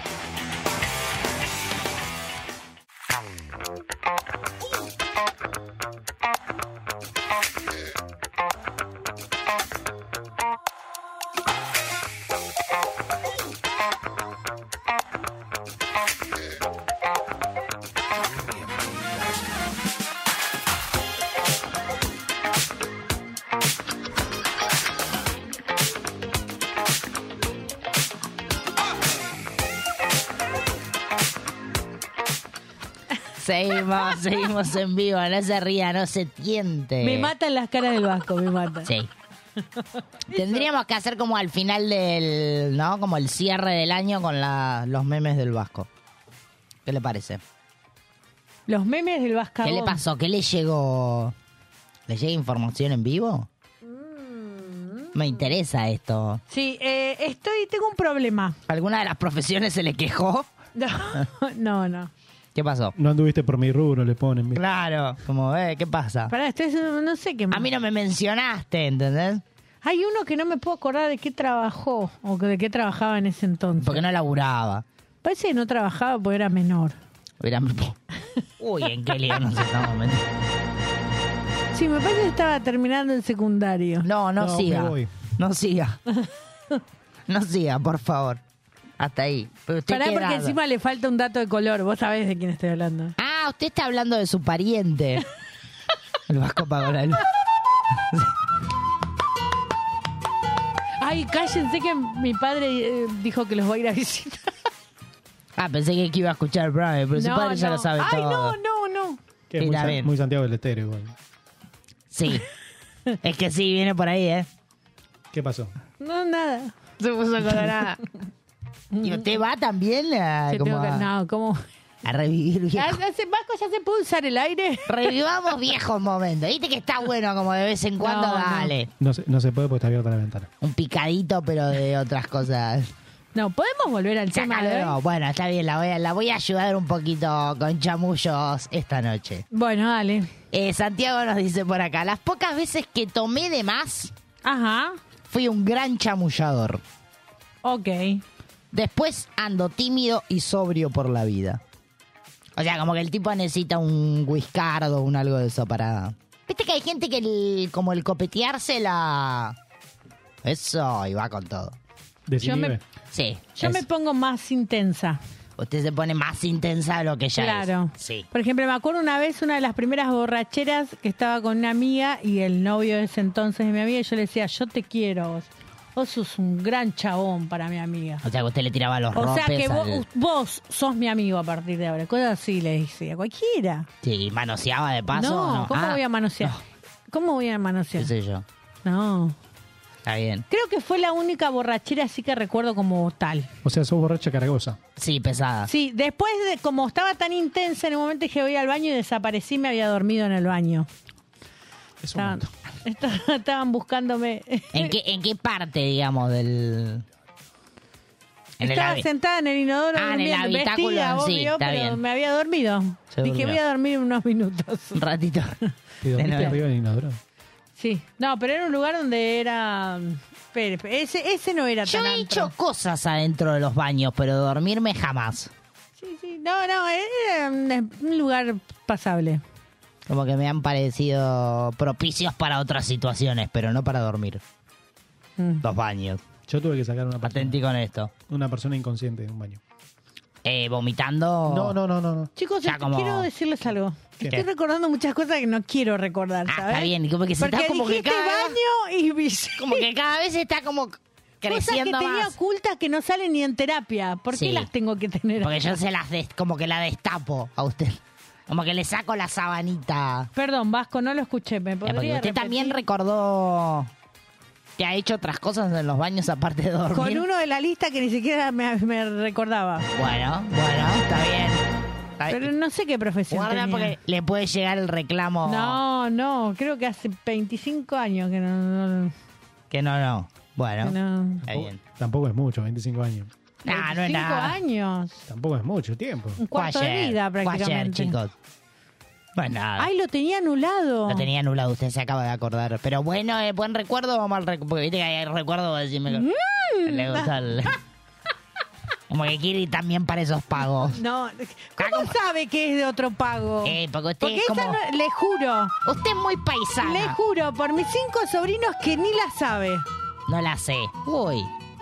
Seguimos en vivo, no se ría, no se tiente. Me matan las caras del Vasco, me matan. Sí. Tendríamos que hacer como al final del, ¿no? Como el cierre del año con los memes del Vasco. ¿Qué le parece? Los memes del Vasco. ¿Qué le pasó? ¿Qué le llegó? ¿Le llega información en vivo? Me interesa esto. Sí, tengo un problema. ¿Alguna de las profesiones se le quejó? No. ¿Qué pasó? No anduviste por mi rubro, le ponen. Claro, como, ¿qué pasa? Pará, no sé qué más. A mí no me mencionaste, ¿entendés? Hay uno que no me puedo acordar de qué trabajó o de qué trabajaba en ese entonces. Porque no laburaba. Parece que no trabajaba porque era menor. Uy, ¿en qué lío nos estamos metiendo? Sí, me parece que estaba terminando el secundario. No siga. No siga. No siga, por favor. Hasta ahí. Pero pará, porque encima le falta un dato de color. Vos sabés de quién estoy hablando. Ah, usted está hablando de su pariente. El Vasco pagó la luz. Ay, cállense que mi padre dijo que los va a ir a visitar. Ah, pensé que iba a escuchar el programa, pero su padre ya lo sabe todo. Ay, no. Que es muy Santiago del Estero igual. Sí. Es que sí, viene por ahí, ¿eh? ¿Qué pasó? No, nada. Se puso colorada. ¿Y usted va también a revivir viejos? Vasco, ¿ya se puede usar el aire? Revivamos viejos momentos. Viste que está bueno como de vez en cuando, dale. No se puede porque está abierta la ventana. Un picadito, pero de otras cosas. No, ¿podemos volver al tema de hoy? No, bueno, está bien, la voy a ayudar un poquito con chamullos esta noche. Bueno, dale. Santiago nos dice por acá, las pocas veces que tomé de más, fui un gran chamullador. Ok. Después ando tímido y sobrio por la vida. O sea, como que el tipo necesita un whiskardo o un algo de eso para... Viste que hay gente que como el copetearse la... Eso, y va con todo. Sí. Yo me pongo más intensa. Usted se pone más intensa de lo que ya es. Claro. Sí. Por ejemplo, me acuerdo una vez, una de las primeras borracheras que estaba con una amiga y el novio de ese entonces de mi amiga, y yo le decía, yo te quiero a vos. Vos sos un gran chabón para mi amiga. O sea, que usted le tiraba los ropes. O sea, que vos sos mi amigo a partir de ahora. Cosas así le decía, cualquiera. Sí, ¿manoseaba de paso? No, ¿cómo voy a manosear? No. ¿Cómo voy a manosear? ¿Qué sé yo? No. Está bien. Creo que fue la única borrachera así que recuerdo como tal. O sea, sos borracha cargosa. Sí, pesada. Sí, después de como estaba tan intensa en el momento que voy al baño y desaparecí, me había dormido en el baño. Estaban buscándome. ¿En qué parte, digamos, del...? Estaba sentada en el inodoro. En el habitáculo, vestida, sí, obvio, está pero bien. me había dormido. Dije, voy a dormir unos minutos. Un ratito. ¿Te dormiste arriba del inodoro? Sí. No, pero era un lugar donde era... Ese no era tan Yo he hecho cosas adentro de los baños, pero dormirme jamás. Sí. No, era un lugar pasable. Como que me han parecido propicios para otras situaciones, pero no para dormir. Los baños. Yo tuve que sacar una Atentí con esto. Una persona inconsciente de un baño. Vomitando. No. Chicos, Ya como- quiero decirles algo. ¿Qué? Estoy recordando muchas cosas que no quiero recordar, ¿sabes? Está bien, como que se Porque está como que dijiste cada baño y como que cada vez está como creciendo cosas que tenía más. ocultas que no salen ni en terapia. ¿Por qué Sí. las tengo que tener? Porque yo se las como que la destapo a usted. Como que le saco la sabanita. Perdón, Vasco, no lo escuché. ¿Me Porque podría usted repetir? también recordó que ha hecho otras cosas en los baños aparte de dormir. Con uno de la lista que ni siquiera me recordaba. Bueno, está bien. Pero no sé qué profesión Guarda tenía. porque le puede llegar el reclamo. No, creo que hace 25 años que no. Que no. Bueno, Que no. está bien. Tampoco es mucho, 25 años. Nah, no es 25 nada. años. Tampoco es mucho tiempo. Un cuarto de vida Fue ayer, prácticamente. chicos. Pues nada. Ay, lo tenía anulado. Lo tenía anulado, usted se acaba de acordar. Pero bueno, buen recuerdo o mal recuerdo. Porque viste que hay recuerdo, decime. Le gusta el... Como que quiere ir también para esos pagos. No, ¿cómo sabe que es de otro pago? Porque usted Porque es como... esa le juro. Usted es muy paisana. Le juro, por mis 5 sobrinos que ni la sabe. No la sé. Uy.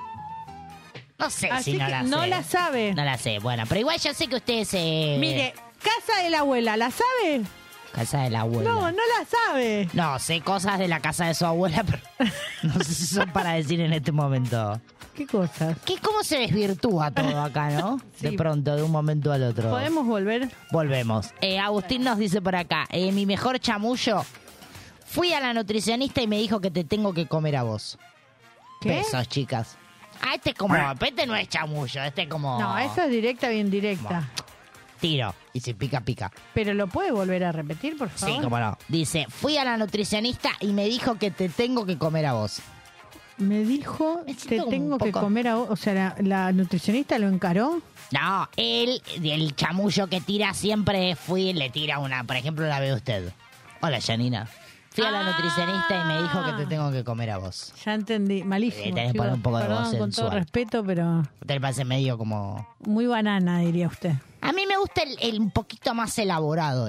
No sé Así si no que la sé. no la sabe. No la sé. Bueno, pero igual yo sé que usted se... Mire, casa de la abuela, ¿la sabe? Casa de la abuela. No, no la sabe. No, sé cosas de la casa de su abuela, pero no sé si son para decir en este momento. ¿Qué cosas? ¿Cómo se desvirtúa todo acá, no? Sí. De pronto, de un momento al otro. ¿Podemos volver? Volvemos. Agustín nos dice por acá, mi mejor chamullo, fui a la nutricionista y me dijo que te tengo que comer a vos. ¿Qué? Besos, chicas. Este es como, este no es chamullo, este es como... No, esa es directa, bien directa. Tiro, y si pica, pica. Pero lo puede volver a repetir, por favor. Sí, cómo no. Dice, fui a la nutricionista y me dijo que te tengo que comer a vos. Me dijo, te siento como tengo un que poco- comer a vos. O sea, la nutricionista lo encaró. No, él, el chamullo que tira siempre le tira una, por ejemplo, la ve usted. Hola, Janina. Fui a la nutricionista y me dijo que te tengo que comer a vos. Ya entendí. Malísimo. Tenés que poner un poco de Perdón, voz con todo sensual. respeto, pero Usted le parece medio como... muy banana, diría usted. A mí me gusta el un poquito más elaborado,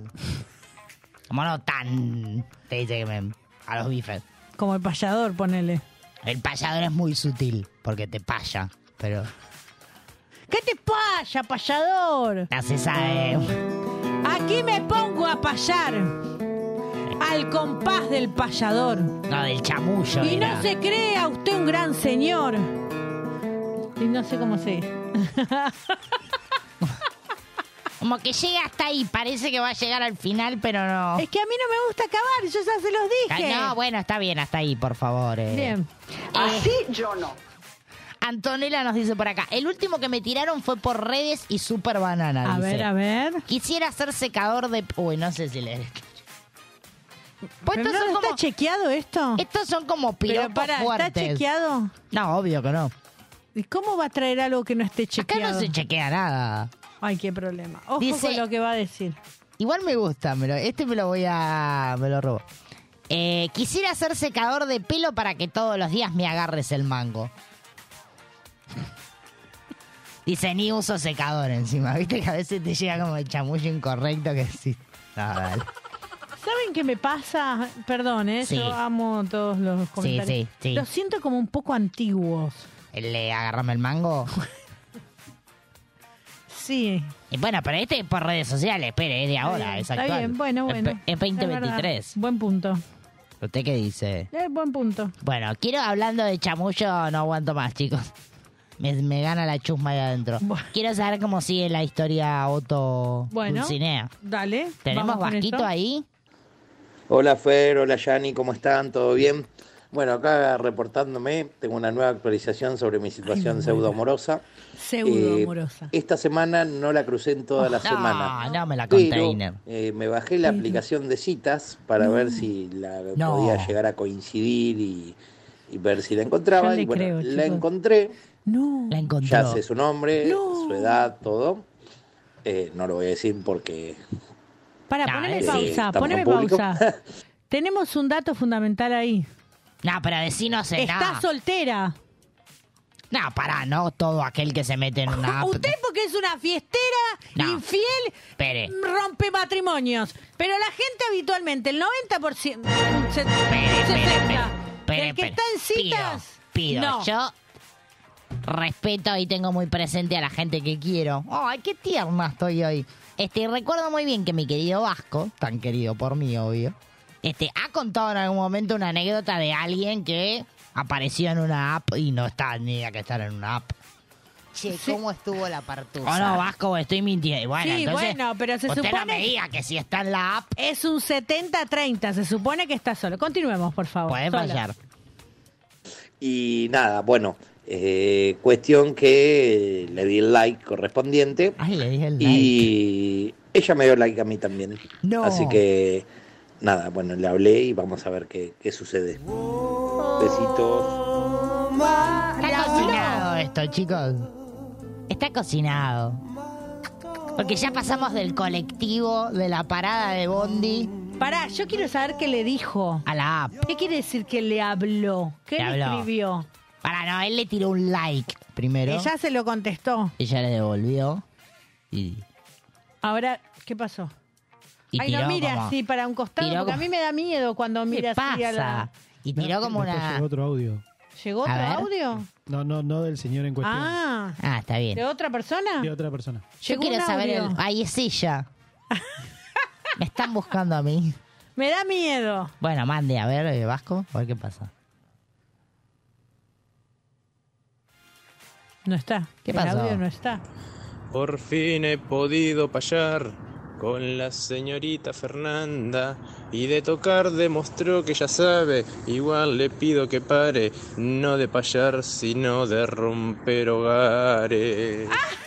como no tan... Te dice que a los bifes. Como el payador, ponele. El payador es muy sutil, porque te paya, pero... ¿Qué te paya, payador? No se sabe. Aquí me pongo a payar. Al compás del payador. No, del chamullo. Y era. no se crea usted un gran señor. Y no sé cómo se dice. Como que llega hasta ahí, parece que va a llegar al final, pero no. Es que a mí no me gusta acabar, yo ya se los dije. No, bueno, está bien, hasta ahí, por favor. Bien. Así yo no. Antonella nos dice por acá, el último que me tiraron fue por redes y super banana. A dice. ver, a ver. Quisiera ser secador de... Uy, no sé si le... Pues ¿Pero estos no son está como... chequeado esto? Estos son como Pero piropos pará, fuertes. ¿está chequeado? No, obvio que no. ¿Y cómo va a traer algo que no esté chequeado? Acá no se chequea nada. Ay, qué problema. Ojo Dice- con lo que va a decir. Igual me gusta, me lo voy a... Me lo robo. Quisiera ser secador de pelo para que todos los días me agarres el mango. Dice, ni uso secador encima. Viste que a veces te llega como el chamullo incorrecto que sí. No, dale. ¿Saben qué me pasa? Perdón, Sí. yo amo todos los comentarios. sí. Los siento como un poco antiguos. ¿El de agarrarme el mango? Sí. Y bueno, pero este es por redes sociales, espere, es de ahora, es Está actual. bien, bueno. Es 2023. verdad. Buen punto. ¿Usted qué dice? Buen punto. Bueno, hablando de chamullo, no aguanto más, chicos. Me gana la chusma ahí adentro. Quiero saber cómo sigue la historia Otto Bueno, Dulcinea. dale. ¿Tenemos vamos con Vasquito esto. ahí? Hola Fer, hola Yani, ¿cómo están? ¿Todo bien? Bueno, acá reportándome, tengo una nueva actualización sobre mi situación pseudo-amorosa. Pseudo-amorosa. Esta semana no la crucé en toda la semana. No me la Pero container. me bajé la aplicación de citas para ver si No. podía llegar a coincidir y ver si la encontraba. Yo le Y bueno, creo, la chicos. encontré, No. La encontró. ya sé su nombre, su edad, todo. No lo voy a decir porque... Para, No, poneme sí, pausa, estamos poneme en público. pausa. Tenemos un dato fundamental ahí. No, pero decinos Está nada. soltera. No, pará, no todo aquel que se mete en una app. Usted porque es una fiestera, No. infiel, Espere. rompe matrimonios. Pero la gente habitualmente, el 90%, Espere, 60%, espere. del que está en citas, Pido, no. yo respeto y tengo muy presente a la gente que quiero. ¡Ay, qué tierna estoy hoy! Recuerdo muy bien que mi querido Vasco, tan querido por mí, obvio, ha contado en algún momento una anécdota de alguien que apareció en una app y no está ni idea que estar en una app. Che, ¿cómo estuvo la partusa? Oh, no, Vasco, estoy mintiendo. Bueno, sí, entonces, bueno, pero se usted supone... no me diga que si está en la app... Es un 70-30, se supone que está solo. Continuemos, por favor. Puede fallar. Y nada, bueno, cuestión que le di el like correspondiente. Ay, le di el like. Y ella me dio like a mí también. No. Así que, nada, bueno, le hablé y vamos a ver qué sucede. Besitos. Está cocinado esto, chicos. Está cocinado. Porque ya pasamos del colectivo, de la parada de Bondi. Pará, yo quiero saber qué le dijo. A la app. ¿Qué quiere decir que le habló? ¿Qué le escribió? Pará, no, él le tiró un like primero. Ella se lo contestó. Ella le devolvió. Y Ahora, ¿qué pasó? Y ay, no mire así para un costado, porque a mí me da miedo cuando mira así a la... Y tiró como Después una... llegó otro audio. ¿Llegó otro audio? No del señor en cuestión. Ah, está bien. ¿de otra persona? De otra persona. Yo Llegó quiero un saber audio. Ahí es ella. Me están buscando a mí. Me da miedo. Bueno, mande, a ver, Vasco, a ver qué pasa. No está. ¿Qué el pasó? audio no está. Por fin he podido payar con la señorita Fernanda y de tocar demostró que ya sabe. Igual le pido que pare, no de payar sino de romper hogares.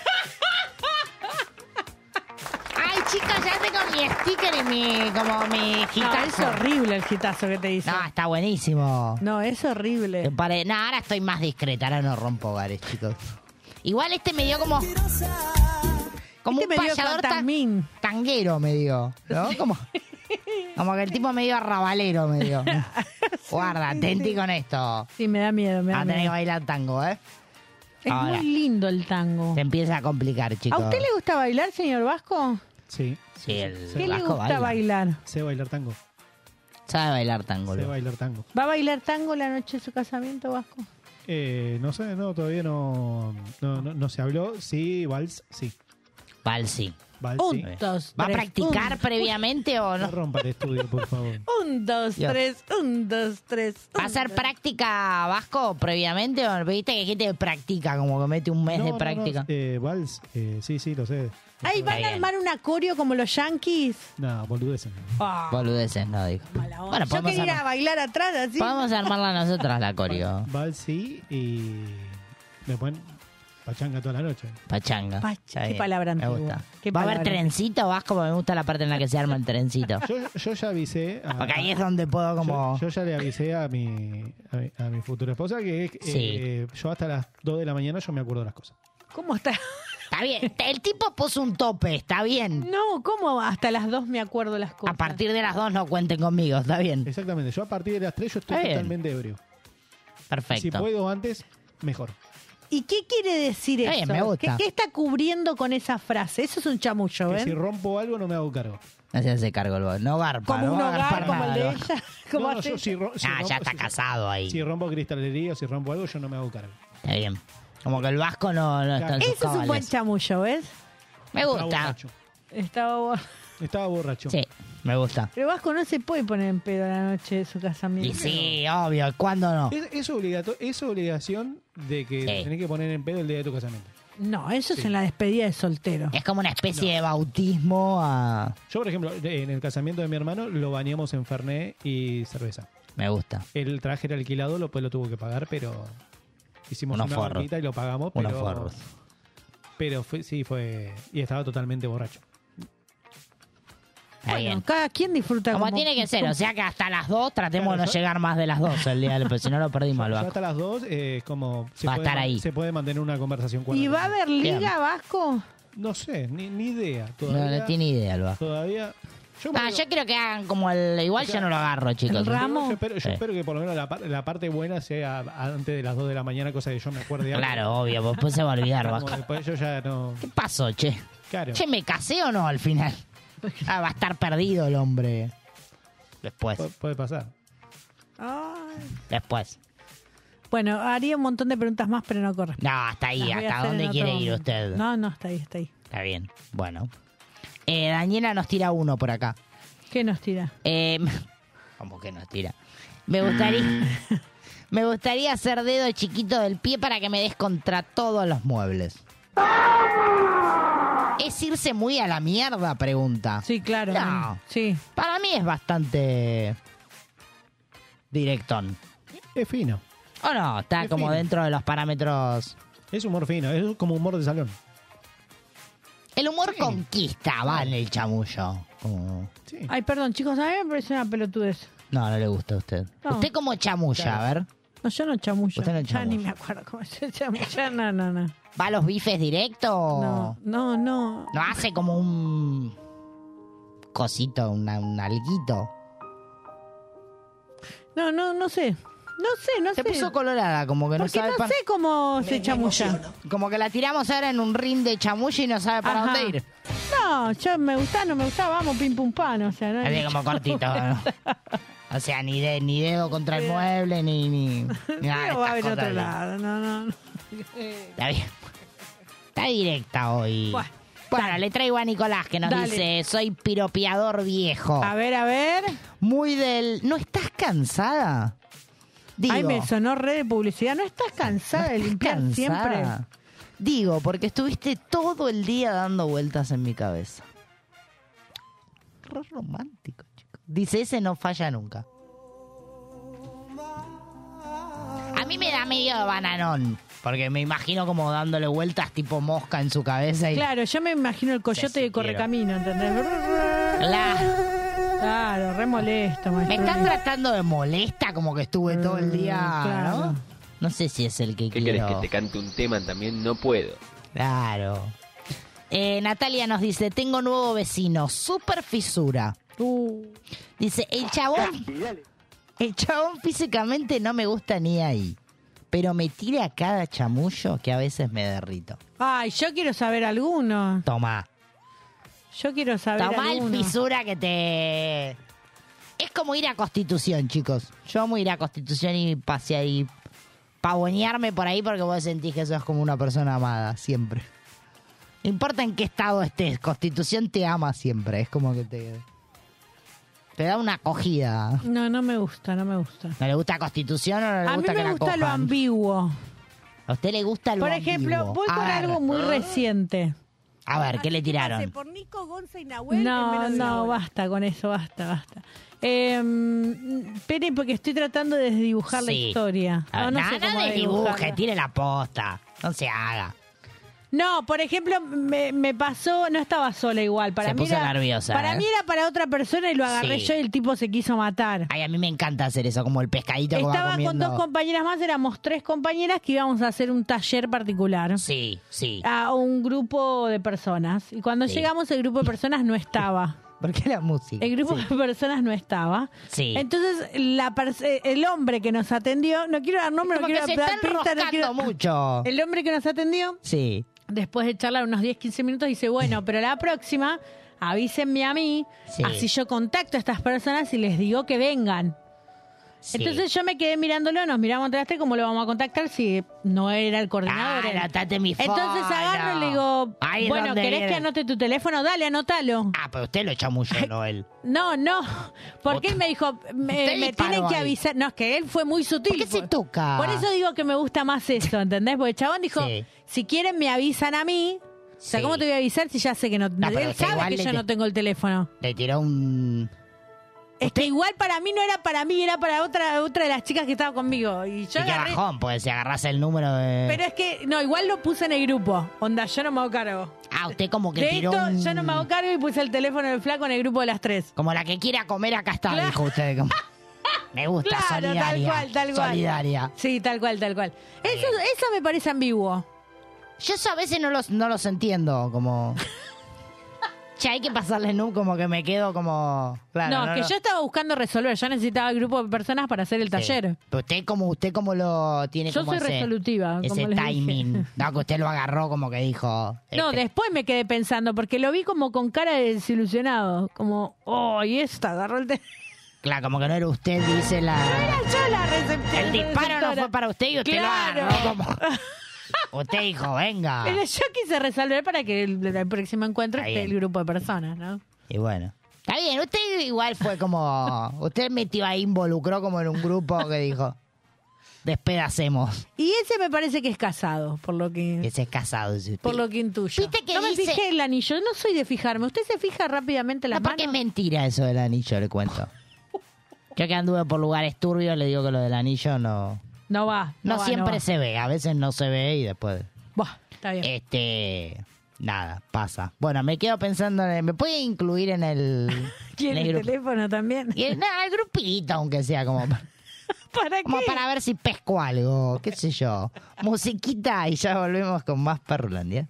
Ay, chicos, ya tengo mi sticker y mi hitazo. No, es horrible el hitazo que te hizo. No, está buenísimo. No, es horrible. No, ahora estoy más discreta, ahora no rompo hogares, chicos. Igual me dio como un me dio payador Fantasmín. tanguero, me dio, ¿no? Como que el tipo medio arrabalero, me dio. Guarda, atenti con esto. Sí, me da miedo, Va a tener que bailar tango, ¿eh? Es Ahora, muy lindo el tango. se empieza a complicar, chicos. ¿A usted le gusta bailar, señor Vasco? Sí. Sí, el ¿Qué le Vasco gusta baila. bailar? Sé bailar tango. Sabe bailar tango. Sé Lu. bailar tango. ¿Va a bailar tango la noche de su casamiento, Vasco? No sé, no, todavía no se habló. Sí, vals, sí. Vals, sí. Vals, sí. Un, dos, ¿Va a tres, practicar previamente o no? No rompa el estudio, por favor. 1, 2, Dios. 3, 1, 2, 3. ¿Va a hacer práctica Vasco previamente o viste que hay gente que practica, como que mete un mes de práctica? Vals, sí, lo sé. Ahí van a bien. armar un acorio como los yankees. No, boludeces. Ah, Boludeces, no dijo. Bueno, yo quería ir a bailar atrás así. podemos armarla nosotras la coreo. Vals, sí, y me ponen pachanga toda la noche. Pachanga. Qué Está bien, palabra me antigua. gusta. Qué ¿Va a haber palabra. trencito, Vasco? Porque me gusta la parte en la que se arma el trencito. Yo ya avisé. Porque ahí es donde puedo como... Yo ya le avisé a mi futura esposa que Sí. yo hasta las 2 de la mañana yo me acuerdo de las cosas. ¿Cómo está? Está bien. El tipo puso un tope, está bien. No, ¿cómo hasta las 2 me acuerdo las cosas? A partir de las 2 no cuenten conmigo, está bien. Exactamente. Yo a partir de las 3 yo estoy Está bien. totalmente ebrio. Perfecto. Si puedo antes, mejor. ¿Y qué quiere decir Está eso? bien, me gusta. ¿Qué está cubriendo con esa frase? Eso es un chamullo, Que ¿ven? si rompo algo no me hago cargo. No se hace cargo el no garpa. Como no un va a hogar, garpar como el de nada. ella. Como No, hace yo ella. si rompo, Ya está casado ahí. Si rompo cristalería o si rompo algo, yo no me hago cargo. Está bien. Como que el Vasco no está en sus Eso es un buen cabales. chamullo, ¿ves? Me Estaba gusta. borracho. Estaba borracho. Sí, me gusta. Pero Vasco no se puede poner en pedo la noche de su casamiento. Y sí, obvio. ¿Cuándo no? Es obligación de que Sí. tenés que poner en pedo el día de tu casamiento. No, eso es en la despedida de soltero. Es como una especie de bautismo a... Yo, por ejemplo, en el casamiento de mi hermano lo bañamos en Fernet y cerveza. Me gusta. El traje era alquilado, después lo tuvo que pagar, pero hicimos Unos una forros. barrita y lo pagamos. Unos Pero, forros. pero fue... Y estaba totalmente borracho. Está bien. Cada quien disfruta Como tiene que ser, o sea que hasta las 2 tratemos de no llegar más de las 2 el día del... Porque si no lo perdimos al Yo Vasco. hasta las 2 es como... Va a estar ahí. Se puede mantener una conversación. ¿Y va a haber liga, Bien. Vasco? No sé, ni idea. No, Todavía, no tiene idea el Vasco. Todavía... Yo, Yo quiero que hagan como el... Igual yo no lo agarro, chicos. Yo espero Sí. que por lo menos la parte buena sea antes de las 2 de la mañana, cosa que yo me acuerde de algo. Claro, obvio, pues después se va a olvidar, Como Vasco. después yo ya no... ¿Qué pasó, che? Claro. Che, ¿me casé o no al final? Ah, va a estar perdido el hombre. Después. Puede pasar. Ay. Después. Bueno, haría un montón de preguntas más, pero no corre. No, hasta ahí. Las voy a ¿Hasta hacer dónde en quiere otro ir momento. usted? No, hasta ahí, hasta ahí. Está bien. Bueno. Daniela nos tira uno por acá. ¿Qué nos tira? ¿Cómo que nos tira? Me gustaría hacer dedo chiquito del pie para que me des contra todos los muebles. ¿Es irse muy a la mierda? Pregunta. Sí, claro. No. Sí. Para mí es bastante directón. Es fino. ¿O no? Está Es como fino. dentro de los parámetros. Es humor fino, es como humor de salón. El humor conquista, va en el chamullo. Como- Ay, perdón, chicos, a mí me parece una pelotudez. No, no le gusta a usted. No. Usted como chamulla, Claro. a ver. No, yo no chamullo. Usted no Ya chamulla. ni me acuerdo cómo se chamulla. No. ¿Va a los bifes directo? No. ¿No hace como un cosito, un alguito? No sé. No Se sé. puso colorada, como que no Porque sabe no para... sé cómo se chamulla. Como que la tiramos ahora en un ring de chamulla y no sabe para Ajá. dónde ir. No, yo me gusta, no me gusta, vamos, pim pum pan, o sea, no Así como cortito, ¿no? O sea, ni dedo contra el mueble, ni nada de Pero va a estas haber otro cosas. lado, no. Está bien. Está directa hoy. Bueno, le traigo a Nicolás que nos Dale. dice, soy piropeador viejo. A ver. Muy del... ¿No estás cansada? Digo, Ay, me sonó re de publicidad. ¿No estás cansada de limpiar cansada. siempre? Digo, porque estuviste todo el día dando vueltas en mi cabeza. Re romántico, chico. Dice, ese no falla nunca. A mí me da medio de bananón, porque me imagino como dándole vueltas tipo mosca en su cabeza. Y... Claro, yo me imagino el coyote de Correcamino, ¿entendés? Claro, re molesto, Me maestro. están tratando de molesta, como que estuve todo el día, claro. ¿no? No sé si es el que ¿Qué quiero. querés que te cante un tema también? No puedo. Claro. Natalia nos dice, tengo nuevo vecino, super fisura. Dice, el chabón físicamente no me gusta ni ahí, pero me tira cada chamullo que a veces me derrito. Ay, yo quiero saber alguno. Toma. Yo quiero saber Tomá el alguno. fisura que te... Es como ir a Constitución, chicos. Yo amo ir a Constitución y pasear y pavonearme por ahí porque vos sentís que sos como una persona amada, siempre. No importa en qué estado estés, Constitución te ama siempre. Es como que te da una acogida. No me gusta. ¿No le gusta Constitución o no le A mí gusta que me la gusta lo cojan? ambiguo. ¿A usted le gusta lo Por ejemplo, ambiguo? voy A con ver. algo muy reciente. A ver, ¿qué le tiraron? Por Nico, Gonza y Nahuel. en No, menos de una hora. basta con eso, basta. Esperen, porque estoy tratando de desdibujar la Sí. historia. A ver, No sé nada cómo de desdibujarla. dibuje, tire la posta. No se haga. No, por ejemplo, me pasó, no estaba sola igual. Para Se mí puso era, nerviosa, Para ¿eh? mí era para otra persona y lo agarré Sí. yo y el tipo se quiso matar. Ay, a mí me encanta hacer eso, como el pescadito que va Estaba con comiendo. 2 compañeras más, éramos 3 compañeras que íbamos a hacer un taller particular. Sí. A un grupo de personas. Y cuando Sí. llegamos, el grupo de personas no estaba. ¿Por qué la música? El grupo de personas no estaba. Sí. Entonces, el hombre que nos atendió, no quiero dar nombre, no Como que quiero se dar están pista, no roscando quiero- mucho. El hombre que nos atendió, Sí. después de charlar unos 10-15 minutos, dice, bueno, pero la próxima, avísenme a mí, Sí. así yo contacto a estas personas y les digo que vengan. Sí. Entonces yo me quedé mirándolo, nos miramos entre las tres, ¿cómo lo vamos a contactar si no era el coordinador? él? Anotate mi fono. Entonces agarro y le digo, Ahí es bueno, donde ¿querés viene. que anote tu teléfono? Dale, anótalo. Ah, pero usted lo chamulló, no él. No, porque él me dijo, me disparó tienen que ahí. avisar. No, es que él fue muy sutil. ¿Por qué se toca? Por eso digo que me gusta más eso, ¿entendés? Porque el chabón dijo, Sí. si quieren me avisan a mí. O sea, Sí. ¿cómo te voy a avisar si ya sé que no? pero él usted sabe igual que le yo te- no tengo el teléfono. Le tiró un... Es que igual para mí no era para mí, era para otra de las chicas que estaba conmigo. Y yo Y qué agarré... bajón, pues si agarrás el número de... Pero es que, no, igual lo puse en el grupo. Onda, yo no me hago cargo. Ah, usted como que De tiró esto, un... yo no me hago cargo y puse el teléfono del flaco en el grupo de las 3. Como la que quiera comer, acá está, dijo usted. Como- Me gusta, Claro, solidaria. tal cual. Solidaria. Sí, tal cual. Eso me parece ambiguo. Yo eso a veces no los entiendo, como... Che, hay que pasarle como que me quedo como... Claro, no, que yo estaba buscando resolver. Yo necesitaba el grupo de personas para hacer el taller. Pero usted como lo tiene Yo como soy ese- resolutiva, como ese les dije. timing. No, que usted lo agarró como que dijo... No, después me quedé pensando, porque lo vi como con cara de desilusionado. Como, oh, y esta agarró el teléfono. Claro, como que no era usted, dice la... No era yo la receptora. El disparo no fue para usted y usted Claro. lo agarró como... Usted dijo, venga. Pero yo quise resolver para que el próximo encuentro Está esté bien. el grupo de personas, ¿no? Y bueno. Está bien, usted igual fue como... Usted metió ahí, involucró como en un grupo que dijo... Despedacemos. Y ese me parece que es casado, por lo que... Ese es casado, dice usted. Por lo que intuyo. ¿Viste que no me dice- fijé el anillo, no soy de fijarme. ¿Usted se fija rápidamente la No, porque es mano? mentira eso del anillo, le cuento. Yo que anduve por lugares turbios, le digo que lo del anillo no... No va. No va, siempre va. se ve, a veces no se ve y después... Buah, está bien. Nada, pasa. Bueno, me quedo pensando en... ¿Me puede incluir en el... ¿Tiene en el grupo? teléfono también? Y el grupito, aunque sea como... ¿Para Como qué? para ver si pesco algo, qué sé yo. Musiquita y ya volvemos con más Perrulandia.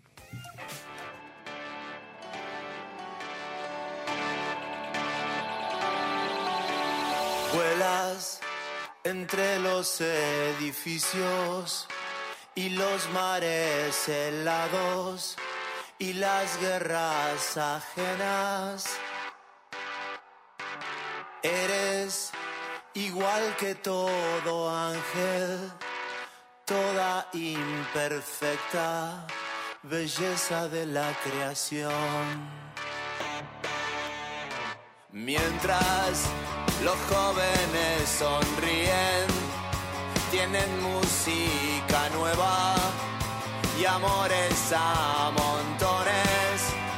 Vuelas entre los edificios y los mares helados y las guerras ajenas. Eres igual que todo ángel, toda imperfecta belleza de la creación. Mientras los jóvenes sonríen, tienen música nueva y amores a montones.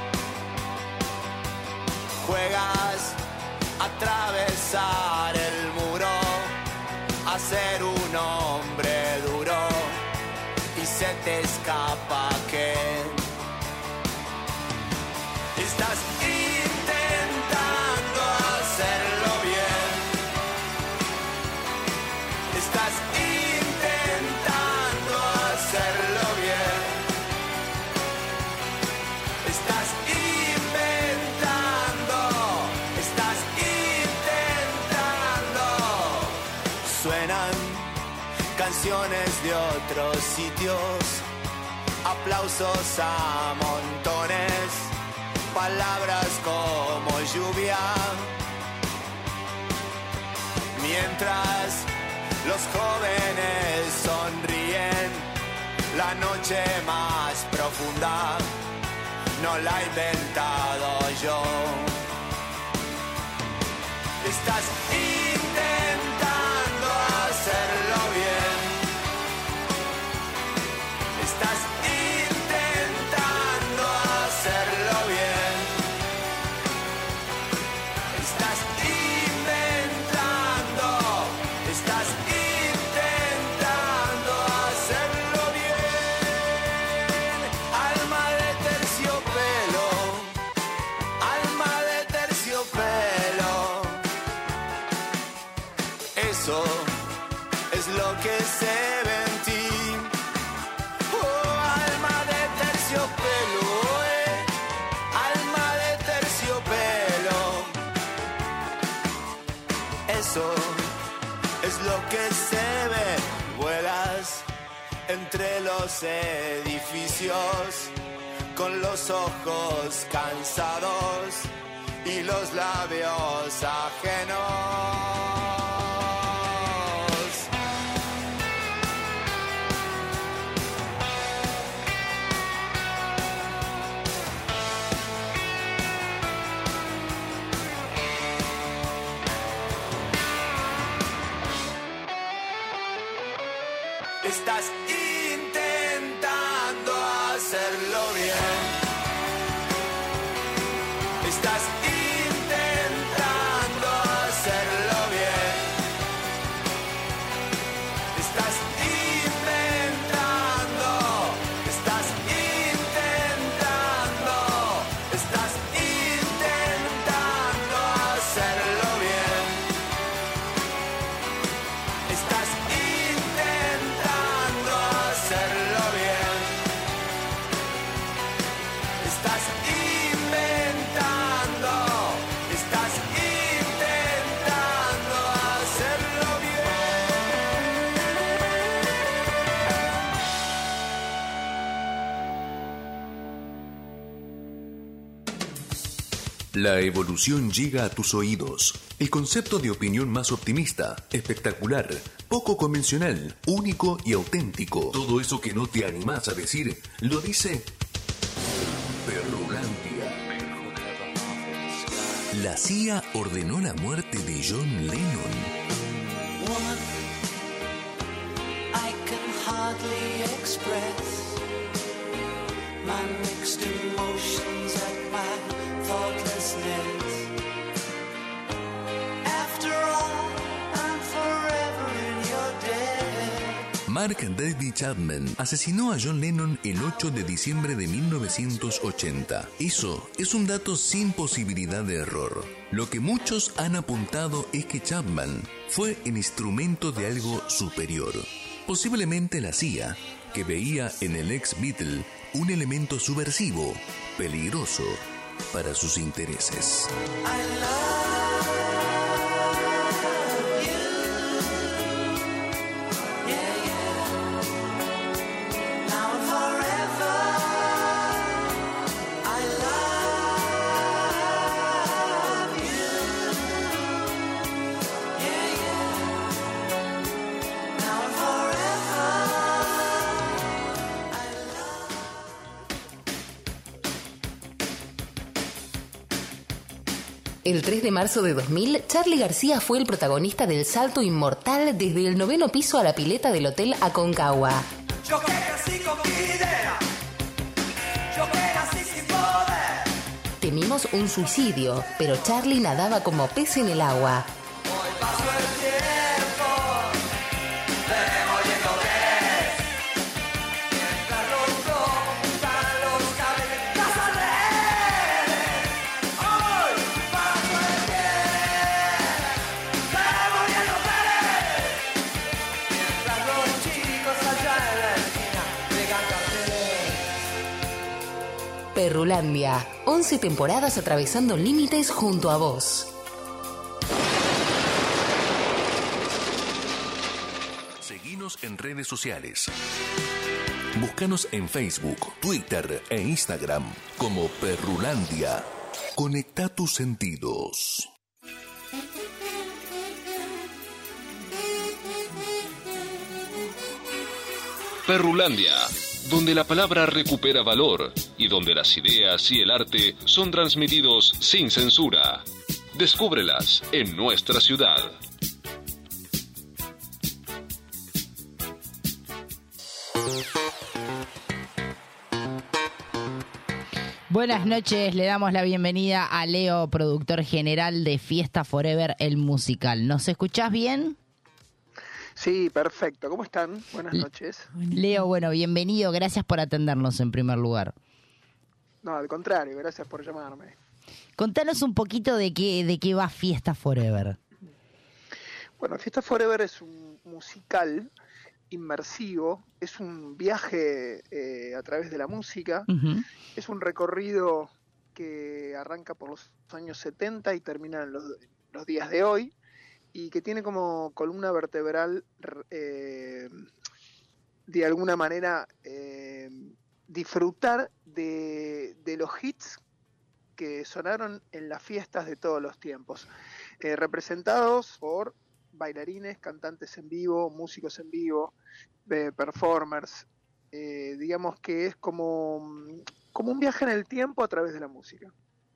Juegas a atravesar el muro, a ser un hombre duro y se te escapa que estás intentando hacerlo bien. Estás intentando hacerlo bien. Estás inventando. Estás intentando. Suenan canciones de otros sitios, aplausos a montones, palabras como lluvia. Mientras los jóvenes sonríen, la noche más profunda no la he inventado yo. Estás intentando hacerlo bien. Estás intentando hacerlo bien. Estás inventando. Estás intentando hacerlo bien. Alma de terciopelo. Alma de terciopelo. Eso es lo que se ve en ti. Oh, alma de terciopelo, alma de terciopelo. Eso es lo que se ve. Vuelas entre los edificios con los ojos cansados y los labios ajenos. Estás intentando hacerlo bien. Estás intentando hacerlo bien. Estás inventando. Estás intentando. Estás intentando hacerlo bien. Estás intentando hacerlo bien. La evolución llega a tus oídos. El concepto de opinión más optimista, espectacular, poco convencional, único y auténtico. Todo eso que no te animás a decir, lo dice Perrulandia. La CIA ordenó la muerte de John Lennon. Woman, I can hardly express my mixed emotions at my thoughtlessness. After all, I'm forever in your debt. Mark David Chapman asesinó a John Lennon el 8 de diciembre de 1980. Eso es un dato sin posibilidad de error. Lo que muchos han apuntado es que Chapman fue el instrumento de algo superior. Posiblemente la CIA, que veía en el ex Beatle un elemento subversivo, peligroso para sus intereses. El 3 de marzo de 2000, Charly García fue el protagonista del salto inmortal desde el 9º piso a la pileta del Hotel Aconcagua. Yo que nací con mi idea, yo que nací sin poder. Temimos un suicidio, pero Charly nadaba como pez en el agua. Hoy paso el tiempo, demoliendo ves. Mientras rompan los cables, las alrededores. Hoy paso el tiempo, demoliendo ves. Mientras los chicos allá en la esquina pegan carteles. Perrulandia, 11 temporadas atravesando límites junto a vos. Seguinos en redes sociales. Búscanos en Facebook, Twitter e Instagram como Perrulandia. Conecta tus sentidos. Perrulandia, donde la palabra recupera valor y donde las ideas y el arte son transmitidos sin censura. Descúbrelas en nuestra ciudad. Buenas noches, le damos la bienvenida a Leo, productor general de Fiesta Forever, el musical. ¿Nos escuchás bien? Sí, perfecto. ¿Cómo están? Buenas noches. Leo, bueno, bienvenido. Gracias por atendernos en primer lugar. No, al contrario, gracias por llamarme. Contanos un poquito de qué va Fiesta Forever. Bueno, Fiesta Forever es un musical inmersivo, es un viaje a través de la música, es un recorrido que arranca por los años 70 y termina en los días de hoy, y que tiene como columna vertebral, de alguna manera, disfrutar de los hits que sonaron en las fiestas de todos los tiempos, representados por bailarines, cantantes en vivo, músicos en vivo, performers. Digamos que es como un viaje en el tiempo a través de la música.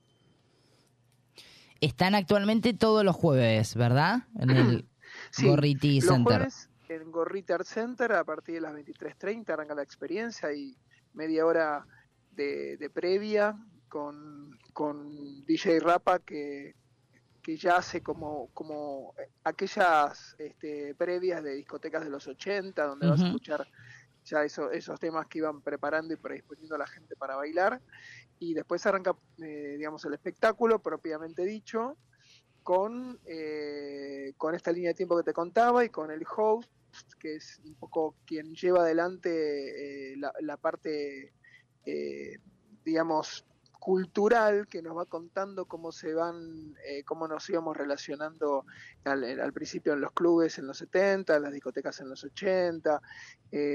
Están actualmente todos los jueves, ¿verdad? En el Sí, Gorriti los Center. jueves en Gorriti Art Center a partir de las 23:30 arranca la experiencia y media hora de previa con DJ Rapa que ya hace como aquellas previas de discotecas de los 80 donde vas a escuchar ya esos temas que iban preparando y predisponiendo a la gente para bailar, y después arranca digamos el espectáculo propiamente dicho con esta línea de tiempo que te contaba y con el host, que es un poco quien lleva adelante la parte digamos cultural, que nos va contando cómo nos íbamos relacionando al principio en los clubes en los 70, en las discotecas en los 80,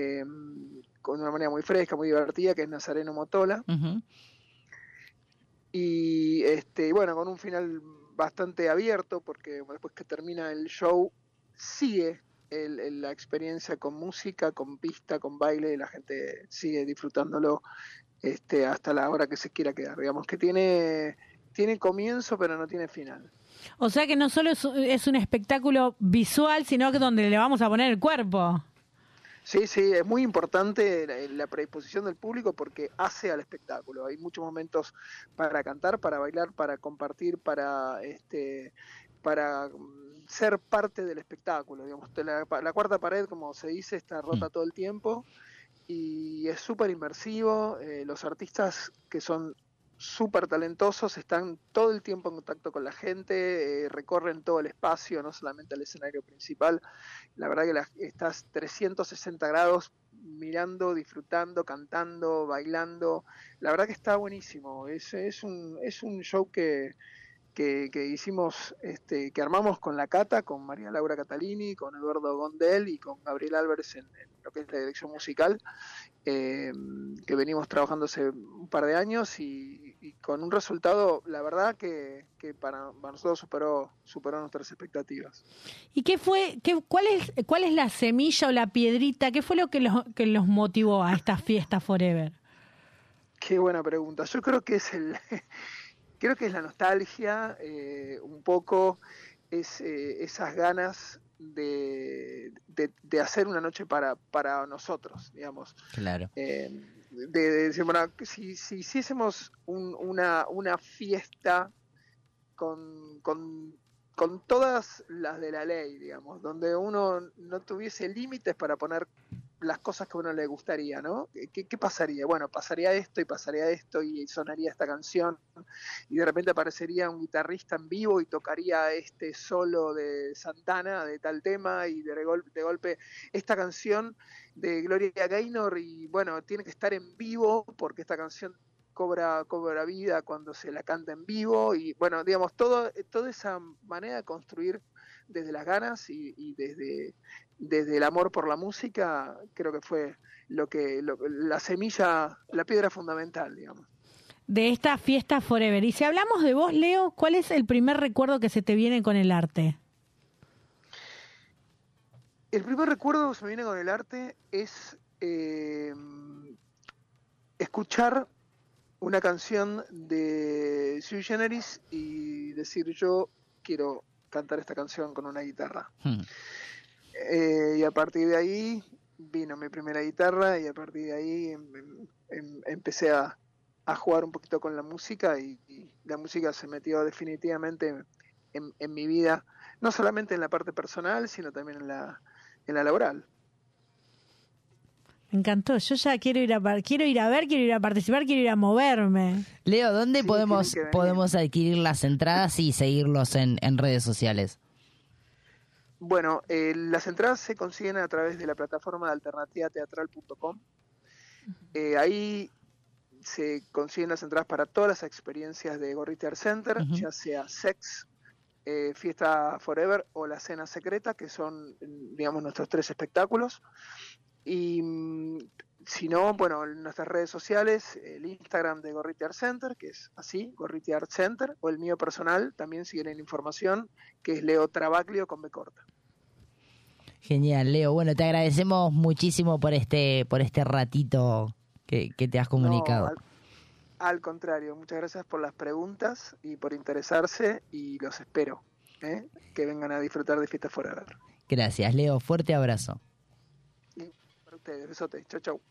con una manera muy fresca, muy divertida, que es Nazareno Motola. Y bueno, con un final bastante abierto, porque después que termina el show sigue la experiencia con música, con pista, con baile, y la gente sigue disfrutándolo hasta la hora que se quiera quedar. Digamos que tiene comienzo pero no tiene final. O sea que no solo es un espectáculo visual, sino que donde le vamos a poner el cuerpo. Sí, es muy importante la predisposición del público porque hace al espectáculo. Hay muchos momentos para cantar, para bailar, para compartir, para ser parte del espectáculo. Digamos, la cuarta pared, como se dice, está rota todo el tiempo y es súper inmersivo. Los artistas que son súper talentosos están todo el tiempo en contacto con la gente, recorren todo el espacio, no solamente el escenario principal. La verdad que estás 360 grados mirando, disfrutando, cantando, bailando. La verdad que está buenísimo. Es un show que hicimos, que armamos con la Cata, con María Laura Catalini, con Eduardo Gondel y con Gabriel Álvarez en lo que es la dirección musical, que venimos trabajando hace un par de años y con un resultado, la verdad que para nosotros superó nuestras expectativas. ¿Y cuál es la semilla o la piedrita? ¿Qué fue lo que los motivó a esta fiesta Forever? Qué buena pregunta. Yo creo que es la nostalgia, un poco esas ganas de hacer una noche para nosotros, digamos. Claro. De decir, bueno, si hiciésemos una fiesta con todas las de la ley, digamos, donde uno no tuviese límites para poner las cosas que a uno le gustaría, ¿no? ¿Qué pasaría? Bueno, pasaría esto y sonaría esta canción y de repente aparecería un guitarrista en vivo y tocaría este solo de Santana de tal tema y de golpe esta canción de Gloria Gaynor y bueno, tiene que estar en vivo porque esta canción cobra vida cuando se la canta en vivo y bueno, digamos, toda esa manera de construir desde las ganas y desde el amor por la música, creo que fue la semilla, la piedra fundamental, digamos. De esta fiesta Forever. Y si hablamos de vos, Leo, ¿cuál es el primer recuerdo que se te viene con el arte? El primer recuerdo que se me viene con el arte es escuchar una canción de Sui Generis y decir yo quiero cantar esta canción con una guitarra. Y a partir de ahí vino mi primera guitarra y a partir de ahí empecé a jugar un poquito con la música y la música se metió definitivamente en mi vida, no solamente en la parte personal, sino también en la laboral. Me encantó, yo ya quiero ir a ver, quiero ir a participar, quiero ir a moverme. Leo, ¿dónde podemos adquirir las entradas y seguirlos en redes sociales? Bueno, las entradas se consiguen a través de la plataforma de alternativateatral.com. Ahí se consiguen las entradas para todas las experiencias de Gorriti Art Center, ya sea Sex, Fiesta Forever o La Cena Secreta, que son, digamos, nuestros 3 espectáculos. Y si no, bueno, en nuestras redes sociales, el Instagram de Gorriti Art Center, que es así, Gorriti Art Center, o el mío personal, también si quieren información, que es Leo Travaglio con B corta. Genial, Leo. Bueno, te agradecemos muchísimo por este ratito que te has comunicado. No, al contrario, muchas gracias por las preguntas y por interesarse y los espero, que vengan a disfrutar de Fiesta Forever. Gracias, Leo. Fuerte abrazo. Y para ustedes, besote. Chau, chau.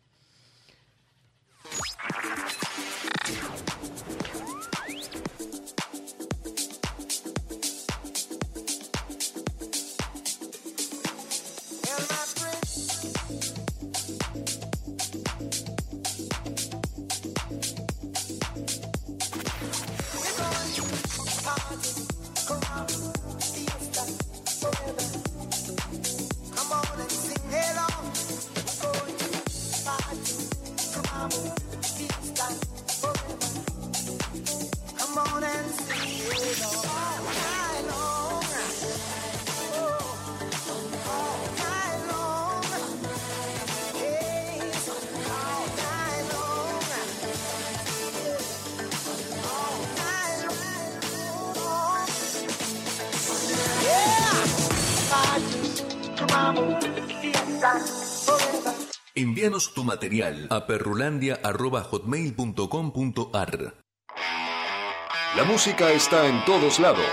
Envíanos tu material a perrulandia@hotmail.com.ar. La música está en todos lados.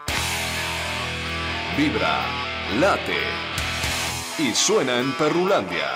Vibra, late y suena en Perrulandia.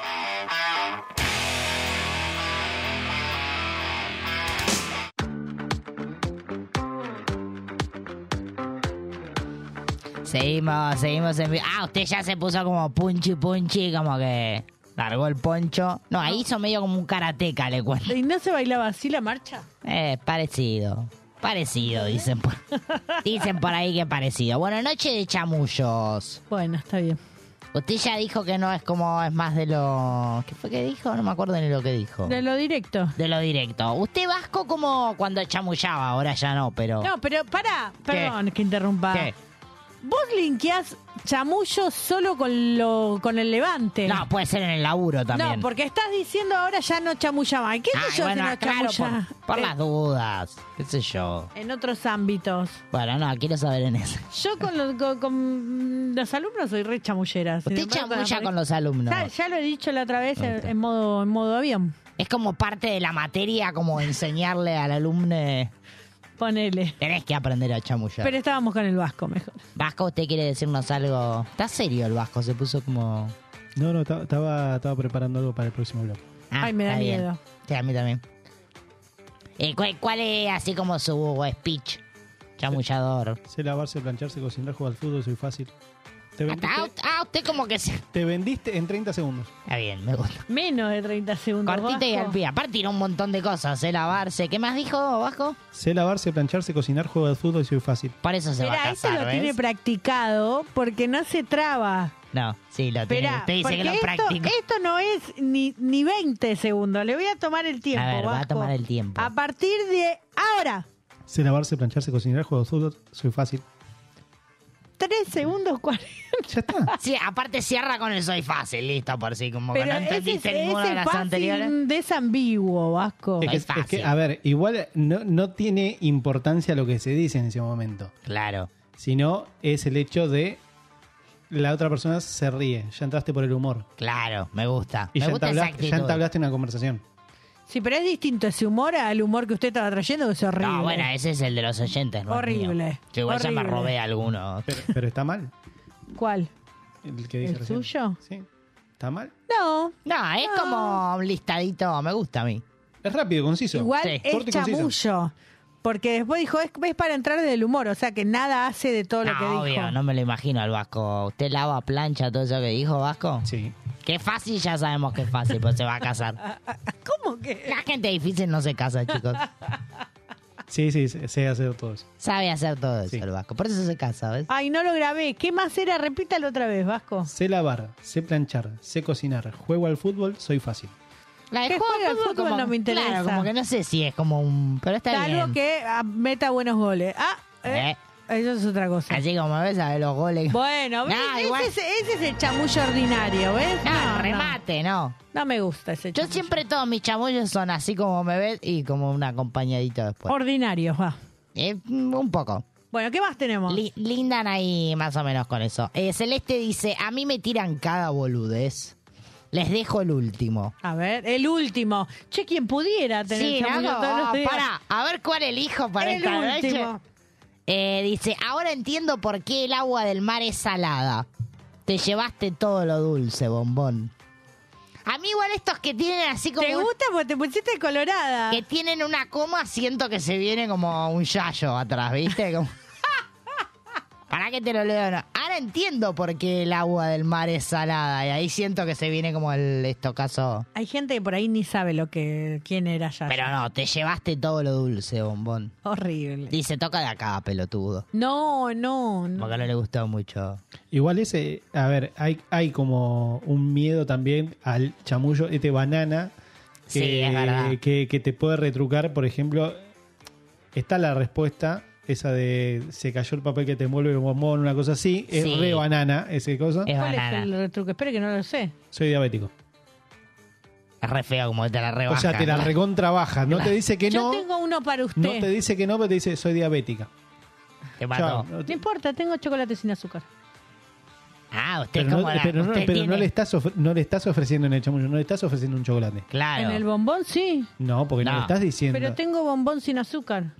Seguimos en vivo. Usted ya se puso como punchi, como que largó el poncho. No, ahí hizo medio como un karateca, le cuento. ¿Y no se bailaba así la marcha? Parecido, dicen por ahí que parecido. Bueno, noche de chamullos. Bueno, está bien. Usted ya dijo que no es como, es más de lo... ¿Qué fue que dijo? No me acuerdo ni lo que dijo. De lo directo. De lo directo. Usted Vasco como cuando chamullaba, ahora ya no, pero... No, pero perdón que interrumpa. ¿Qué? Vos linkeás chamullo solo con el levante. No, puede ser en el laburo también. No, porque estás diciendo ahora ya no chamulla más. ¿Qué sé yo bueno, que no claro, chamulla? por las dudas, qué sé yo. En otros ámbitos. Bueno, no, quiero saber en eso. Yo con los alumnos soy re chamullera. Usted chamulla con los alumnos. Ya lo he dicho la otra vez en modo avión. Es como parte de la materia, como enseñarle al alumno... Ponele. Tenés que aprender a chamullar. Pero estábamos con el Vasco mejor. Vasco, ¿usted quiere decirnos algo? Está serio el Vasco, se puso como... No, estaba preparando algo para el próximo bloque. Ay, me da miedo. Sí, a mí también. ¿Cuál es así como su speech chamullador? Sé lavarse, plancharse, cocinar, jugar al fútbol, soy fácil. Usted como que se... Te vendiste en 30 segundos. Está bien, me gusta. Menos de 30 segundos, Cortita y al pie. Aparte tiró un montón de cosas. Sé lavarse. ¿Qué más dijo, Vasco? Sé lavarse, plancharse, cocinar, jugar al fútbol, soy fácil. Por eso se va a casar, lo ¿ves? tiene practicado porque no se traba. No, sí, lo tiene. Usted dice que lo practicó. Esto no es ni 20 segundos. Le voy a tomar el tiempo, A ver, Vasco. va a tomar el tiempo. A partir de ahora. Sé lavarse, plancharse, cocinar, jugar al fútbol, soy fácil. 3 segundos 40. Ya está. Sí, aparte cierra con el soy fácil, listo, por si como Pero que no entendiste ninguna de las fácil anteriores. Es ambiguo, Vasco. Es que, a ver, igual no tiene importancia lo que se dice en ese momento. Claro. Sino es el hecho de la otra persona se ríe. Ya entraste por el humor. Claro, me gusta. Y Me gusta esa actitud. ya entablaste una conversación. Sí, pero es distinto ese humor al humor que usted estaba trayendo, que es horrible. No, bueno, ese es el de los oyentes, ¿no? Horrible. Yo igual ya me Horrible. robé alguno. Pero está mal. ¿Cuál? El que dije ¿El recién. suyo? Sí. ¿Está mal? No. No, es como un listadito, me gusta a mí. Es rápido, conciso. Igual Sí. es Corto y conciso. chamullo. Porque después dijo, es para entrar desde el humor, o sea que nada hace de todo lo que No, obvio, dijo. no me lo imagino al Vasco. ¿Usted lava, plancha, todo eso que dijo, Vasco? Sí. Que fácil, ya sabemos que es fácil, pues se va a casar. ¿Cómo que? La gente difícil no se casa, chicos. Sí, sé hacer todo eso. Sabe hacer todo eso el Vasco. Por eso se casa, ¿ves? Ay, no lo grabé. ¿Qué más era? Repítalo otra vez, Vasco. Sé lavar, sé planchar, sé cocinar, juego al fútbol, soy fácil. La de ¿Qué juego juega al al fútbol? como- No me interesa. Claro, como que no sé si es como un... Pero está Algo bien. que meta buenos goles. Eso es otra cosa. Así como ves, a ver los goles. Bueno, ¿ves? No, igual- ese es el chamullo ordinario, ¿ves? No, remate, no. No me gusta ese Yo chamullo. siempre todos mis chamullos son así como me ves y como un acompañadito después. Ordinario, va. Un poco. Bueno, ¿qué más tenemos? Lindan ahí más o menos con eso. Celeste dice, a mí me tiran cada boludez. Les dejo el último. A ver, el último. Che, quien pudiera tener Sí, chamullo ¿no? todos los días. Pará, a ver cuál elijo para El esta noche. último. Dice, ahora entiendo por qué el agua del mar es salada. Te llevaste todo lo dulce, bombón. A mí igual estos que tienen así como... ¿Te gusta? Porque te pusiste colorada. Que tienen una coma, siento que se viene como un yayo atrás, ¿viste? Como... ¿Para qué te lo leo? No. Ahora entiendo por qué el agua del mar es salada. Y ahí siento que se viene como el estocazo. Hay gente que por ahí ni sabe quién era ya. Pero no, te llevaste todo lo dulce, bombón. Horrible. Dice, toca de acá, pelotudo. No. Porque no le gustó mucho. Igual ese, a ver, hay como un miedo también al chamullo, banana. Sí, es verdad. Que te puede retrucar, por ejemplo, está la respuesta, esa de se cayó el papel que te envuelve el bombón, una cosa así, es Sí. re banana, ese cosa. Es ¿Cuál banana. es el retruque? Espere que no lo sé. Soy diabético. Es re feo como te la rebaja. O sea, te la recontrabaja, no te dice que Yo no, tengo uno para usted. no te dice que no, pero te dice soy diabética. Te mató. Chao. No importa, tengo chocolate sin azúcar. Ah, usted Pero, como no le estás ofreciendo en el chamullo, no le estás ofreciendo un chocolate. Claro. En el bombón sí. No, porque no le estás diciendo. Pero tengo bombón sin azúcar.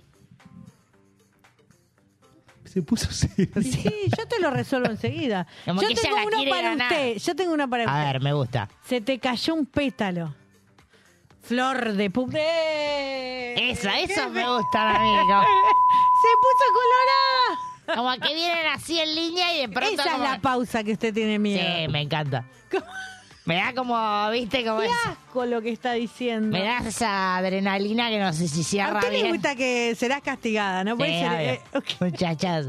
Se puso serio. Sí, yo te lo resuelvo enseguida. Como Yo que ella tengo la uno quiere para ganar. usted. Yo tengo uno para usted. A ver, me gusta. Se te cayó un pétalo. Flor de Eso me gusta a mí. ¿No? Se puso colorada. Como que vienen así en línea y de pronto... Esa es la pausa que usted tiene miedo. Sí, me encanta. Me da como, viste, como... Qué asco lo que está diciendo. Me da esa adrenalina que no sé si cierra A usted bien. le gusta que serás castigada, ¿no? Puede ser, Muchachas.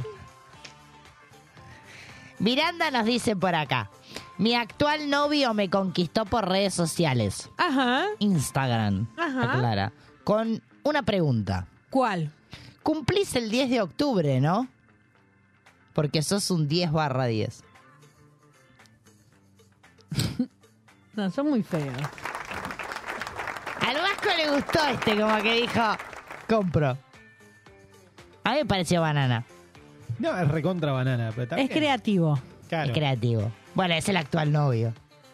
Miranda nos dice por acá. Mi actual novio me conquistó por redes sociales. Ajá. Instagram. Ajá. Aclara. Con una pregunta. ¿Cuál? Cumplís el 10 de octubre, ¿no? Porque sos un 10/10. No, son muy feos. Al Vasco le gustó como que dijo, compro. A mí me pareció banana. No, es recontra banana. Pero Es también. creativo. Claro. Es creativo. Bueno, es el actual novio.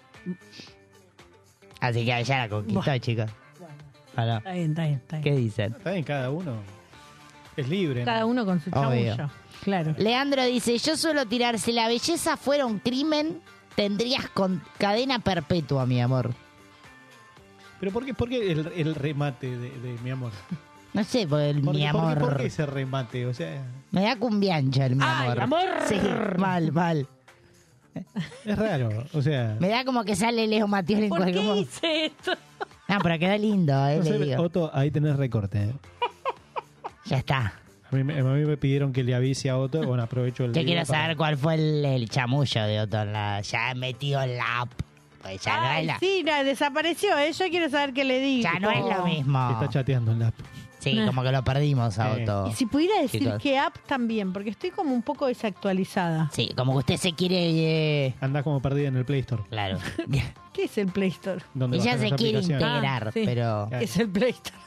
Así que ya la conquistó, Bueno. chicos. ¿O Está bien, está bien, está bien. ¿Qué dicen? Está bien, cada uno es libre. ¿no? Cada uno con su Obvio. chamullo. Claro. Leandro dice, yo suelo tirar, si la belleza fuera un crimen, tendrías con cadena perpetua, mi amor. Pero ¿por qué el remate de mi amor? No sé, porque mi amor... ¿Por qué ese remate? O sea, Me da cumbiancha el mi ¡Ay, amor. amor! Sí, mal. es raro. O sea, Me da como que sale Leo Matioli en ¿Por cualquier qué momento. hice esto? No, pero quedó lindo, no le sé, digo. Otto, ahí tenés recorte. Ya está. A mí me pidieron que le avise a Otto. Bueno, aprovecho el Yo vivo quiero para- saber cuál fue el chamullo de Otto ya metido en la app. Pues ya no es Ay, la... sí, desapareció. Yo quiero saber qué le digo. Ya no es lo mismo. Está chateando en la app. Sí, como que lo perdimos a Otto. Y si pudiera decir Chicos. qué app también, porque estoy como un poco desactualizada. Sí, como que usted se quiere... Andás como perdida en el Play Store. Claro. ¿Qué es el Play Store? Donde Ella bajas se las quiere aplicaciones. integrar, sí. pero... ¿Qué es el Play Store?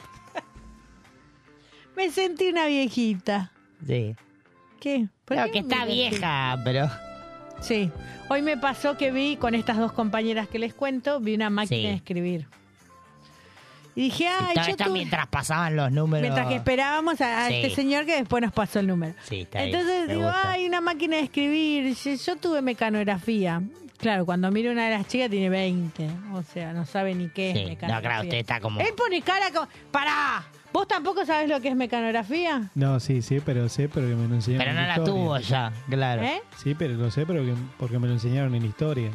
Me sentí una viejita. Sí. ¿Qué? ¿Por Claro, qué que está me sentí? vieja, pero... Sí. Hoy me pasó que vi, con estas dos compañeras que les cuento, vi una máquina Sí. de escribir. Y dije, ay, Todo yo esto tuve... mientras pasaban los números... Mientras que esperábamos a Sí. este señor que después nos pasó el número. Sí, está bien, Entonces me digo, gusta. ay, una máquina de escribir. Dice, yo tuve mecanografía. Claro, cuando miro una de las chicas tiene 20. O sea, no sabe ni qué Sí. es No, mecanografía. claro, usted está como... Él pone cara como... ¡Pará! ¿Vos tampoco sabés lo que es mecanografía? No, sí, pero que me lo enseñaron Pero no en la historia. tuvo ya, claro. ¿Eh? Sí, pero lo sé, porque me lo enseñaron en historia.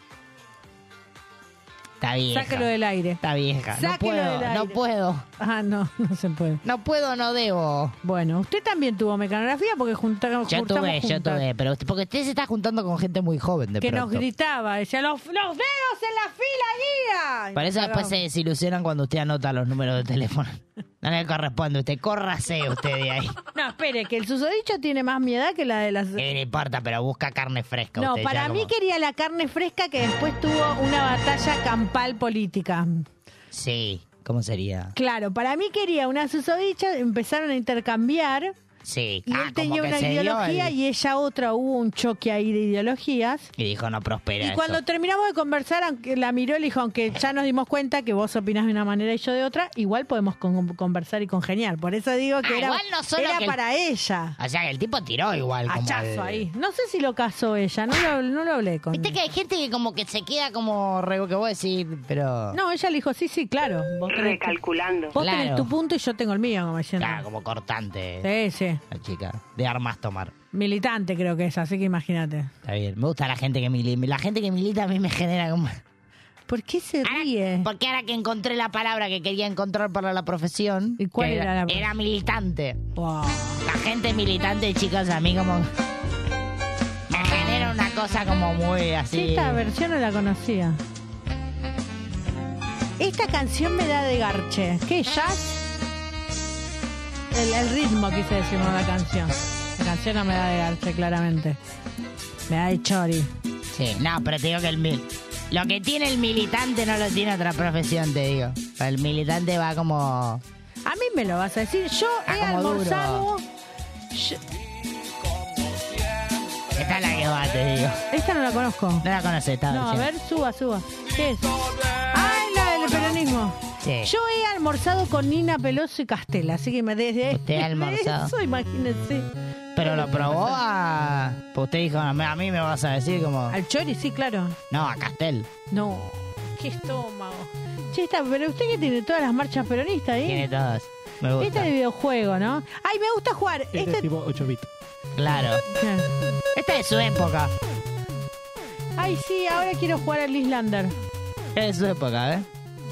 Está vieja. Sáquelo del aire. Está vieja. No Sáquelo puedo, del aire. no puedo. Ah, no se puede. No puedo, no debo. Bueno, usted también tuvo mecanografía porque juntamos Yo tuve, juntas. pero porque usted se está juntando con gente muy joven de Que pronto. nos gritaba, decía, los dedos en la fila, guía. Por eso después se desilusionan cuando usted anota los números de teléfono. No le corresponde, usted córrase usted de ahí. No, espere, que el susodicho tiene más mi edad que la de las... No importa, pero busca carne fresca. No, usted, para ya mí como- quería la carne fresca que después tuvo una batalla campal política. Sí, ¿cómo sería? Claro, para mí quería una susodicha, empezaron a intercambiar Sí. y él tenía como que una se dio ideología el- y ella otra, hubo un choque ahí de ideologías. Y dijo, no prospera Y eso. cuando terminamos de conversar, aunque la miró y le dijo, aunque ya nos dimos cuenta que vos opinás de una manera y yo de otra, igual podemos conversar y congeniar. Por eso digo que era, igual no solo era que el- para ella. O sea, que el tipo tiró igual como Hachazo el- ahí. No sé si lo casó ella, no lo hablé con... Viste que hay gente que como que se queda como que vos decís, pero... No, ella le dijo, sí, claro. Vos tenés Recalculando. Vos tenés Claro. tu punto y yo tengo el mío, como diciendo. Claro, como cortante. Sí. La chica. De armas tomar. Militante creo que es, así que imagínate. Está bien. Me gusta la gente que milita. La gente que milita a mí me genera como... ¿Por qué se ríe? Porque ahora que encontré la palabra que quería encontrar para la profesión... ¿Y cuál que era la profesión? Era militante. Wow. La gente militante, chicos, a mí como... Me genera una cosa como muy así... Esta versión no la conocía. Esta canción me da de garche. ¿Qué? ¿Jazz? El ritmo quise decir, no la canción. La canción no me da de garche, claramente. Me da de chori. Sí, no, pero te digo que lo que tiene el militante no lo tiene otra profesión, te digo. El militante va como... A mí me lo vas a decir. Yo he como almorzado... duro. Esta es la que va, te digo. Esta no la conozco. No la conoces, esta No, a versión. ver, suba. ¿Qué es? ¡Ay, la del peronismo! Sí. Yo he almorzado con Nina Peloso y Castel, así que desde ¿Usted ha almorzado? eso, imagínense. Pero lo probó a... Pues usted dijo, a mí me vas a decir como... Al Chori, sí, claro. No, a Castel. No, qué estómago. Che, pero usted que tiene todas las marchas peronistas ahí. Tiene todas. Me gusta. Este es de videojuego, ¿no? Ay, me gusta jugar. Este es tipo 8 bits. Claro. Esta es su época. Ay, sí, ahora quiero jugar al Islander. Es su época, ¿eh?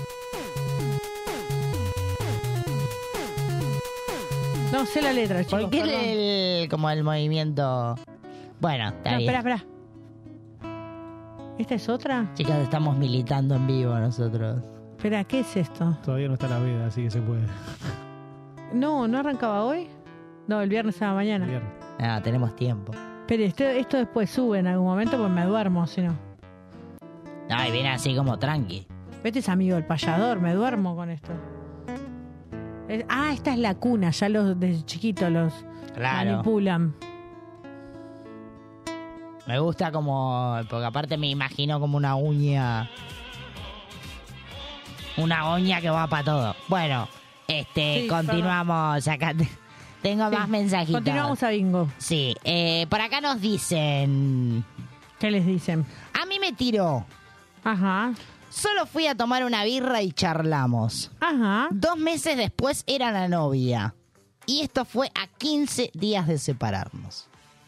No sé la letra, chicos. ¿Por qué perdón. como el movimiento? Bueno, está No, bien. espera. ¿Esta es otra? Chicas, estamos militando en vivo nosotros. Espera, ¿qué es esto? Todavía no está la veda, así que se puede. No, ¿no arrancaba hoy? No, el viernes a la mañana. Ah, tenemos tiempo. Pero esto después sube en algún momento, pues me duermo, si no. Ay, viene así como tranqui. Este es amigo del payador, me duermo con esto. Esta es la cuna, ya los desde chiquitos los Claro. manipulan. Me gusta como... Porque aparte me imagino como una uña... Una uña que va para todo. Bueno, Sí, continuamos acá. Tengo Sí, más mensajitos. continuamos a bingo. Sí, por acá nos dicen... ¿Qué les dicen? A mí me tiró. Ajá. Solo fui a tomar una birra y charlamos. Ajá. 2 meses después era la novia. Y esto fue a 15 días de separarnos.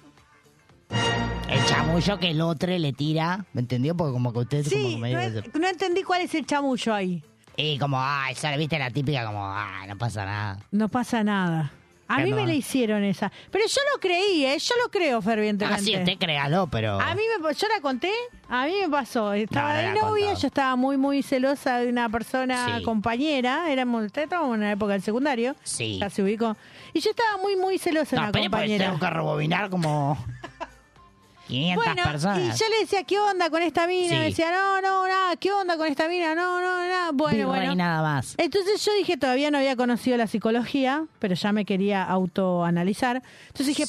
El chamullo que el otro le tira, ¿me entendió? Porque como que usted como Sí, que me no entendí cuál es el chamullo ahí. Y como, esa, viste la típica como, no pasa nada. No pasa nada. A mí No. me la hicieron esa. Pero yo lo creí, yo lo creo fervientemente. Ah, sí, usted créalo, pero... A mí yo la conté, a mí me pasó. Estaba No, no de la novia, contó. yo estaba muy, muy celosa de una persona Sí. compañera. Estábamos en la época del secundario. Sí. Ya se ubicó. Y yo estaba muy, muy celosa de No, una espere, porque compañera. tengo que rebobinar como 500 Bueno, personas. y yo le decía, ¿qué onda con esta mina? Sí. Me decía, no, nada, ¿qué onda con esta mina? No, nada. Birra Bueno. y nada más. Entonces yo dije, todavía no había conocido la psicología, pero ya me quería autoanalizar. Entonces dije, Sí.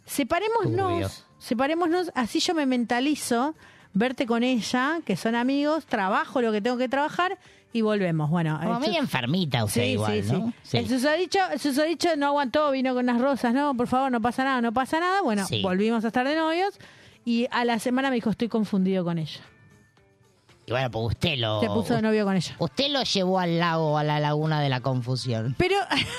separémonos, así yo me mentalizo, verte con ella, que son amigos, trabajo lo que tengo que trabajar y volvemos. Bueno, Como medio enfermita usted igual, ¿no? Sí. El susodicho no aguantó, vino con unas rosas, no, por favor, no pasa nada. Bueno, Sí. volvimos a estar de novios y a la semana me dijo, estoy confundido con ella. Y bueno, pues usted lo... Se puso de novio con ella. Usted lo llevó al lago, a la laguna de la confusión. Pero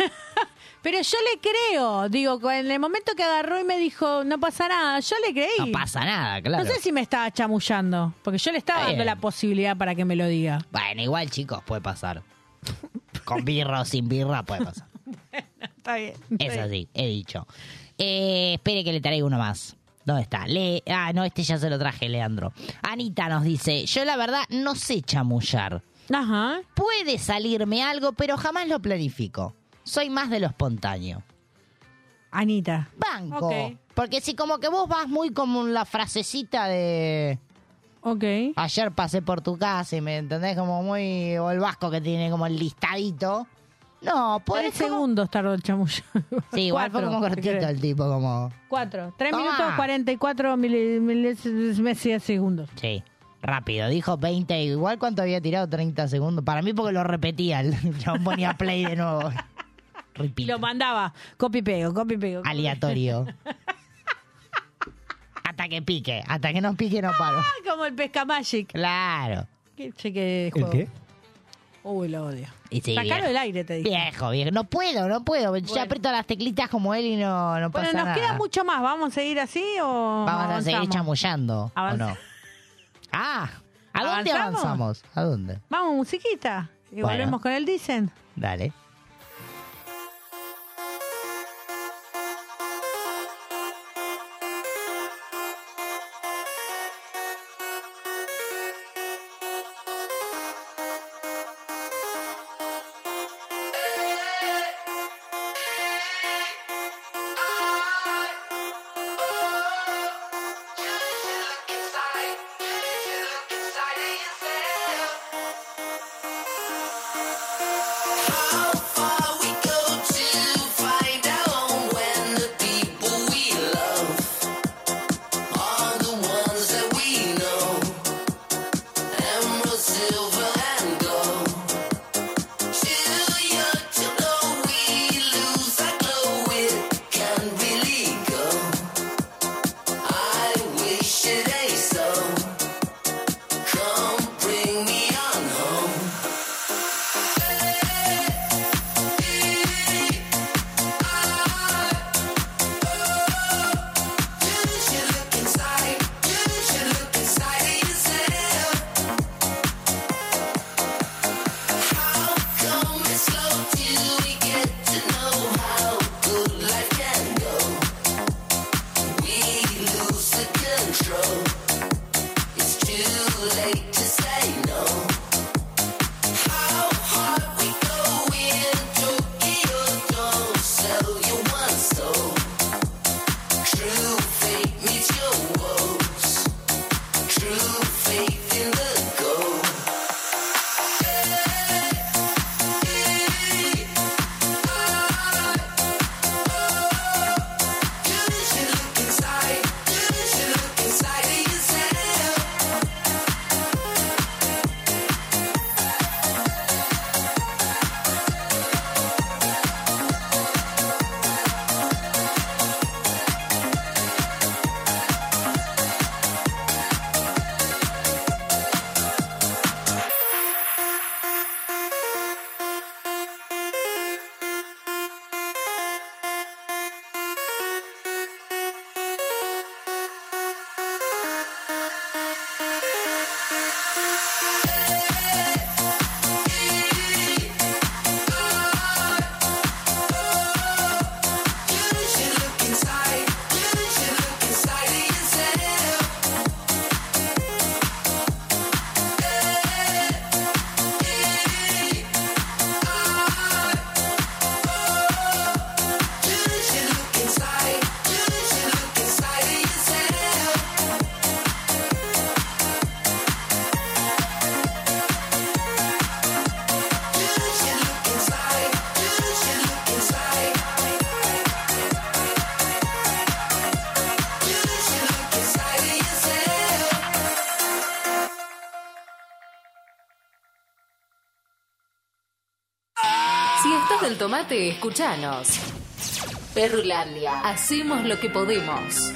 yo le creo, digo, en el momento que agarró y me dijo, no pasa nada, yo le creí. No pasa nada, claro. No sé si me estaba chamullando, porque yo le estaba Está dando bien. la posibilidad para que me lo diga. Bueno, igual, chicos, puede pasar. Con birra o sin birra puede pasar. Está bien. Es así, he dicho. Espere que le traigo uno más. ¿Dónde está? No, este ya se lo traje, Leandro. Anita nos dice, yo la verdad no sé chamullar. Ajá. Puede salirme algo, pero jamás lo planifico. Soy más de lo espontáneo. Anita. Banco. Ok. Porque si como que vos vas muy como la frasecita de... Ok. Ayer pasé por tu casa y me entendés como muy... O el vasco que tiene como el listadito. No, 3 podés como... segundos tardó el chamullo. Sí, igual fue como cortito el tipo, como... 4. 3 Toma. minutos 44 segundos. Sí, rápido. Dijo 20, igual cuánto había tirado, 30 segundos. Para mí porque lo repetía, el chabón ponía play de nuevo. Y Repeat. lo mandaba. Copy pego. Aleatorio. Hasta que pique, hasta que no pique no paro. Como el Pesca Magic. Claro. Qué cheque de ¿El juego. qué? Uy, lo odio. Y sí, Sacalo viejo. del aire, te dije. Viejo. No puedo. Yo Bueno. aprieto las teclitas como él y no Bueno, pasa nos nada. queda mucho más. ¿Vamos a seguir así o Vamos a seguir avanzamos? chamullando, ¿o no? ¿A dónde ¿Avanzamos? avanzamos? ¿A dónde? Vamos, musiquita. Y Bueno. volvemos con el Dicen. Dale. Oh, Si estás del tomate, escuchanos. Perrulandia. Hacemos lo que podemos.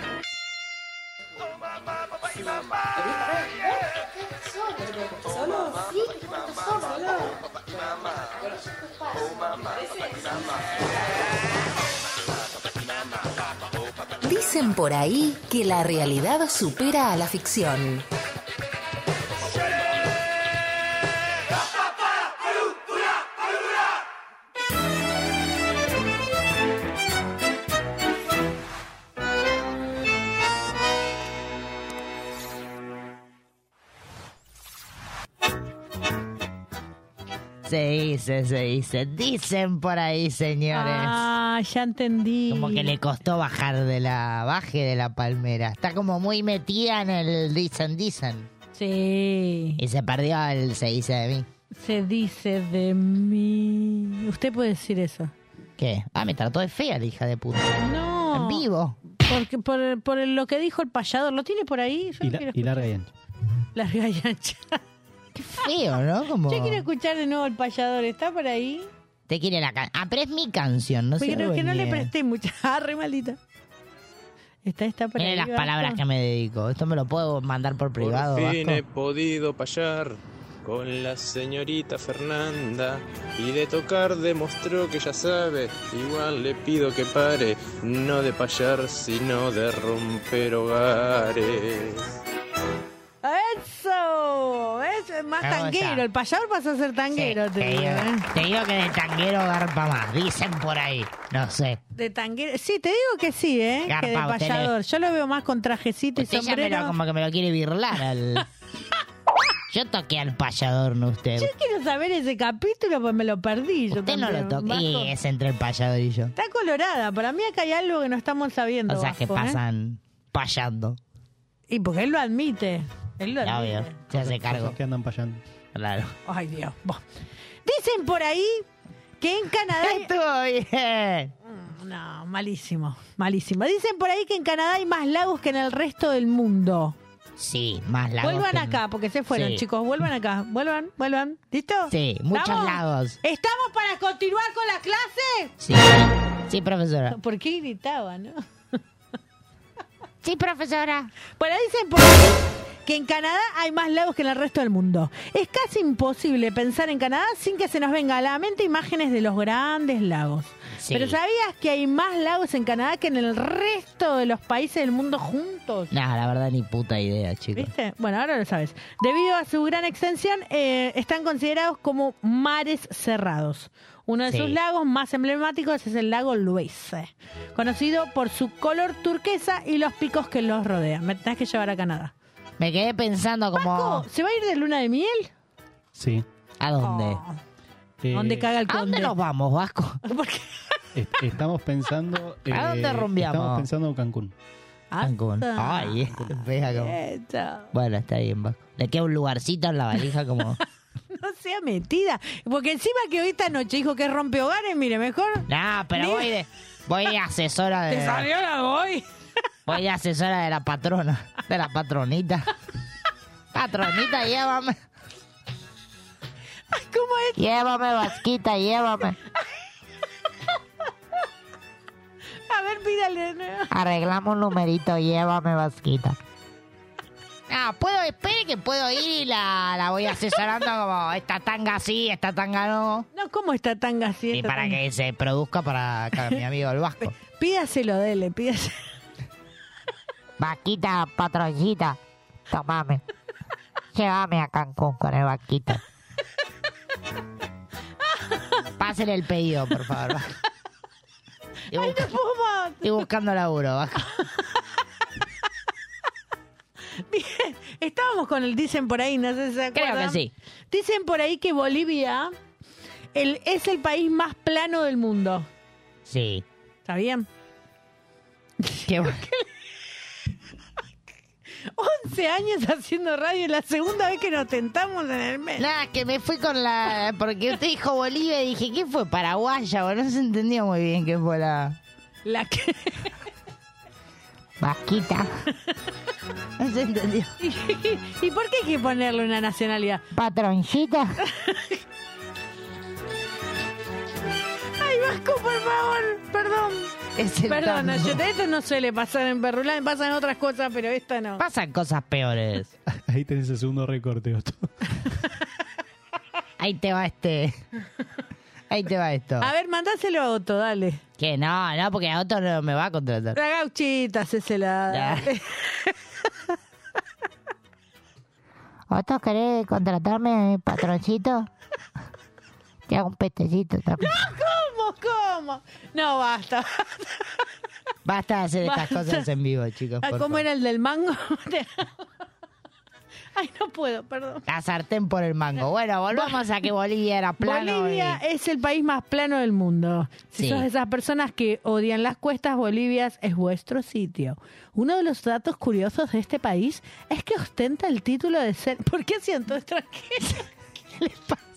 Dicen por ahí que la realidad supera a la ficción. Se dice. Dicen por ahí, señores. Ah, ya entendí. Como que le costó baje de la palmera. Está como muy metida en el dicen. Sí. Y se perdió el se dice de mí. Se dice de mí. ¿Usted puede decir eso? ¿Qué? Ah, me trató de fea la hija de puta. No. En vivo. Porque por lo que dijo el payador. ¿Lo tiene por ahí? Y larga y ancha. Larga y ancha. Qué feo, ¿no? Como... Yo quiero escuchar de nuevo el payador. ¿Está por ahí? Te quiere la canción. Ah, pero es mi canción, no sé. Creo que no le presté mucha. Ah, re maldita. Está por ahí. Miren las palabras que me dedico. Esto me lo puedo mandar por privado. Por fin Vasco. he podido payar con la señorita Fernanda y de tocar demostró que ya sabe. Igual le pido que pare, no de payar sino de romper hogares. ¡Eso! Eso es más tanguero. El payador pasó a ser tanguero, te digo que de tanguero garpa más. Dicen por ahí. No sé. De tanguero. Sí, te digo que sí, ¿eh? Garpa, que de payador. Yo lo veo más con trajecito y sombrero. Como que me lo quiere birlar al... Yo toqué al payador, no usted. Yo quiero saber ese capítulo, pues me lo perdí. Usted no lo toqué. Y es entre el payador y yo. Está colorada. Para mí acá hay algo que no estamos sabiendo. O sea, Vasco, que pasan payando. Y porque él lo admite. Él lo admite. Obvio, se hace cargo. Que andan payando. Claro. Ay, Dios. Bueno. Dicen por ahí que en Canadá... Estuvo bien. No, malísimo. Dicen por ahí que en Canadá hay más lagos que en el resto del mundo. Sí, más lagos. Vuelvan acá, porque se fueron, sí. Chicos. Vuelvan acá. Vuelvan. ¿Listo? Sí, muchos lagos. ¿Estamos para continuar con la clase? Sí, profesora. ¿Por qué gritaba, no? Sí, profesora. Bueno, dicen por ahí que en Canadá hay más lagos que en el resto del mundo. Es casi imposible pensar en Canadá sin que se nos venga a la mente imágenes de los grandes lagos. Sí. ¿Pero sabías que hay más lagos en Canadá que en el resto de los países del mundo juntos? No, la verdad ni puta idea, chicos. ¿Viste? Bueno, ahora lo sabes. Debido a su gran extensión, están considerados como mares cerrados. Uno de sus lagos más emblemáticos es el lago Louise, conocido por su color turquesa y los picos que los rodean. Me tenés que llevar a Canadá. Me quedé pensando como... Vasco, ¿se va a ir de luna de miel? Sí. ¿A dónde? ¿Dónde caga el conde? ¿A dónde nos vamos, Vasco? Estamos pensando... ¿A dónde rumbeamos? Estamos pensando en Cancún. Cancún. Ay, bueno, está bien, Vasco. Le queda un lugarcito en la valija como... No sea metida. Porque encima que hoy esta noche dijo que rompe hogares, mire, mejor... No, pero voy de asesora de... ¿Te salió la voy? Voy de asesora de la patrona. De la patronita. Patronita, llévame. ¿Cómo es? Llévame, Vasquita, llévame. A ver, pídale de nuevo. Arreglamos un numerito, llévame, Vasquita. Espere que puedo ir y la voy asesorando como esta tanga sí, esta tanga no. No, ¿cómo esta tanga sí? Y para que se produzca para mi amigo el Vasco. Pídaselo, dele, pídaselo. Vasquita, patroncita, tomame. llévame a Cancún con el vaquito. Pásenle el pedido, por favor. Estoy buscando laburo. Bien, estábamos con el dicen por ahí, no sé si se acuerdan. Creo que sí. Dicen por ahí que Bolivia es el país más plano del mundo. Sí. ¿Está bien? Qué bueno. 11 años haciendo radio, la segunda vez que nos tentamos en el mes. Nada, que me fui con la... Porque usted dijo Bolivia y dije, ¿qué fue? Paraguaya, bueno, no se entendió muy bien qué fue la... La que... Vasquita. No se entendió. ¿Y por qué hay que ponerle una nacionalidad? Patroncita. Ay, Vasco, por favor, perdón. Perdona, esto no suele pasar en Perrulandia, pasan otras cosas, pero esta no. Pasan cosas peores. Ahí tenés el segundo recorte, Otto. Ahí te va Ahí te va esto. A ver, mandáselo a Otto, dale. Que no, porque a Otto no me va a contratar. La gauchita, hacésela. ¿Otto querés contratarme, patroncito? Te hago un petecito también. No, ¿cómo? No, basta. Basta de hacer estas cosas en vivo, chicos. ¿Cómo favor. era el del mango? Ay, no puedo, perdón. La sartén por el mango. Bueno, volvamos a que Bolivia era plano. Bolivia es el país más plano del mundo. Si Sí. sos de esas personas que odian las cuestas, Bolivia es vuestro sitio. Uno de los datos curiosos de este país es que ostenta el título de ser... ¿Por qué siento extranjero? ¿Qué les pasa?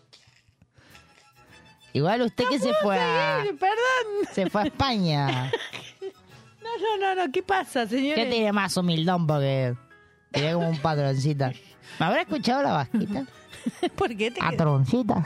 Igual usted que se fue a... Perdón. Se fue a España. No, ¿qué pasa, señores? Yo te diré más humildón porque... Te como un patroncita. ¿Me habrá escuchado la vasquita? ¿Por qué te Patroncita.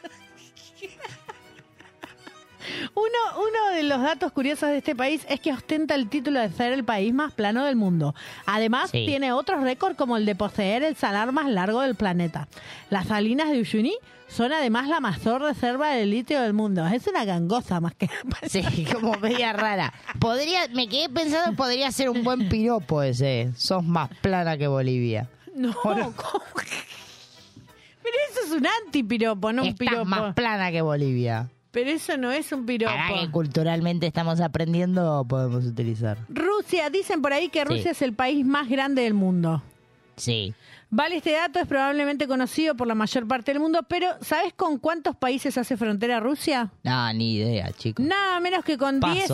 Uno de los datos curiosos de este país es que ostenta el título de ser el país más plano del mundo. Además, Sí. tiene otros récords como el de poseer el salar más largo del planeta. Las salinas de Uyuni son además la mayor reserva de litio del mundo. Es una gangosa más que... Sí, como media rara. Me quedé pensando que podría ser un buen piropo ese. Sos más plana que Bolivia. No, ¿cómo? Pero eso es un antipiropo, no un Estás piropo. más plana que Bolivia. Pero eso no es un piropo. Ahora que culturalmente estamos aprendiendo, podemos utilizar. Rusia, dicen por ahí que Rusia Sí. es el país más grande del mundo. Sí. Vale, este dato es probablemente conocido por la mayor parte del mundo, pero ¿sabes con cuántos países hace frontera Rusia? No, ni idea, chicos. Nada menos que con Paso.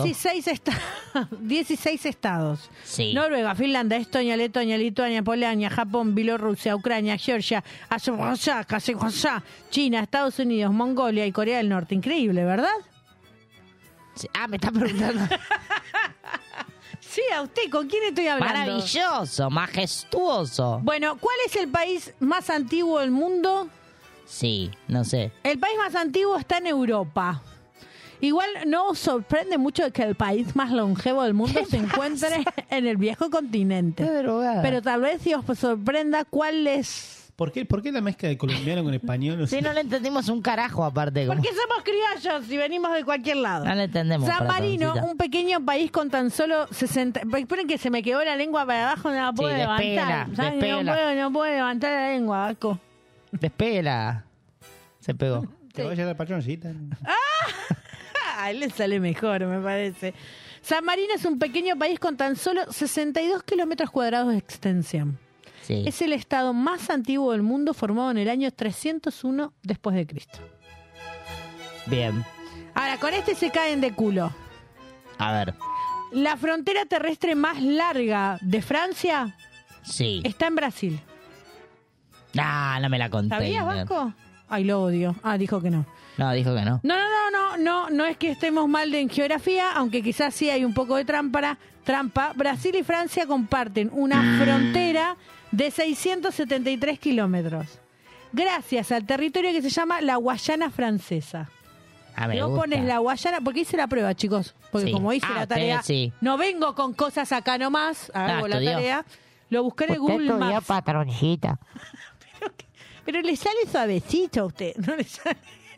16 estados. Sí. Noruega, Finlandia, Estonia, Letonia, Lituania, Polonia, Japón, Bielorrusia, Ucrania, Georgia, Azerbaiyán, China, Estados Unidos, Mongolia y Corea del Norte. Increíble, ¿verdad? Sí. Me está preguntando. Sí, a usted, ¿con quién estoy hablando? Maravilloso, majestuoso. Bueno, ¿cuál es el país más antiguo del mundo? Sí, no sé. El país más antiguo está en Europa. Igual no os sorprende mucho que el país más longevo del mundo se encuentre en el viejo continente. Pero tal vez si os sorprenda cuál es... ¿Por qué la mezcla de colombiano con español? No sé. Sí, no le entendimos un carajo aparte. Porque somos criollos y venimos de cualquier lado. No le entendemos. San Marino, patroncita. un pequeño país con tan solo 60... Esperen que se me quedó la lengua para abajo, no la puedo levantar. despégala, ¿Sabes? despégala. No puedo levantar la lengua, Vasco. Despégala. Se pegó. Te vaya la patroncita. A él le sale mejor, me parece. San Marino es un pequeño país con tan solo 62 kilómetros cuadrados de extensión. Sí. Es el estado más antiguo del mundo, formado en el año 301 después de Cristo. Bien. Ahora, con este se caen de culo. A ver. La frontera terrestre más larga de Francia Sí. está en Brasil. No me la conté. ¿Sabías, Vasco? Ay, lo odio. Dijo que no. No, dijo que no. No es que estemos mal en geografía, aunque quizás sí hay un poco de trampa. Brasil y Francia comparten una frontera de 673 kilómetros, gracias al territorio que se llama la Guayana Francesa. Me Vos gusta. pones la Guayana, porque hice la prueba, chicos, porque Sí. como hice la tarea, usted sí. no vengo con cosas acá nomás, hago la estudió. tarea, lo busqué en el Google Maps. patroncita. Pero le sale suavecito a usted, no le sale...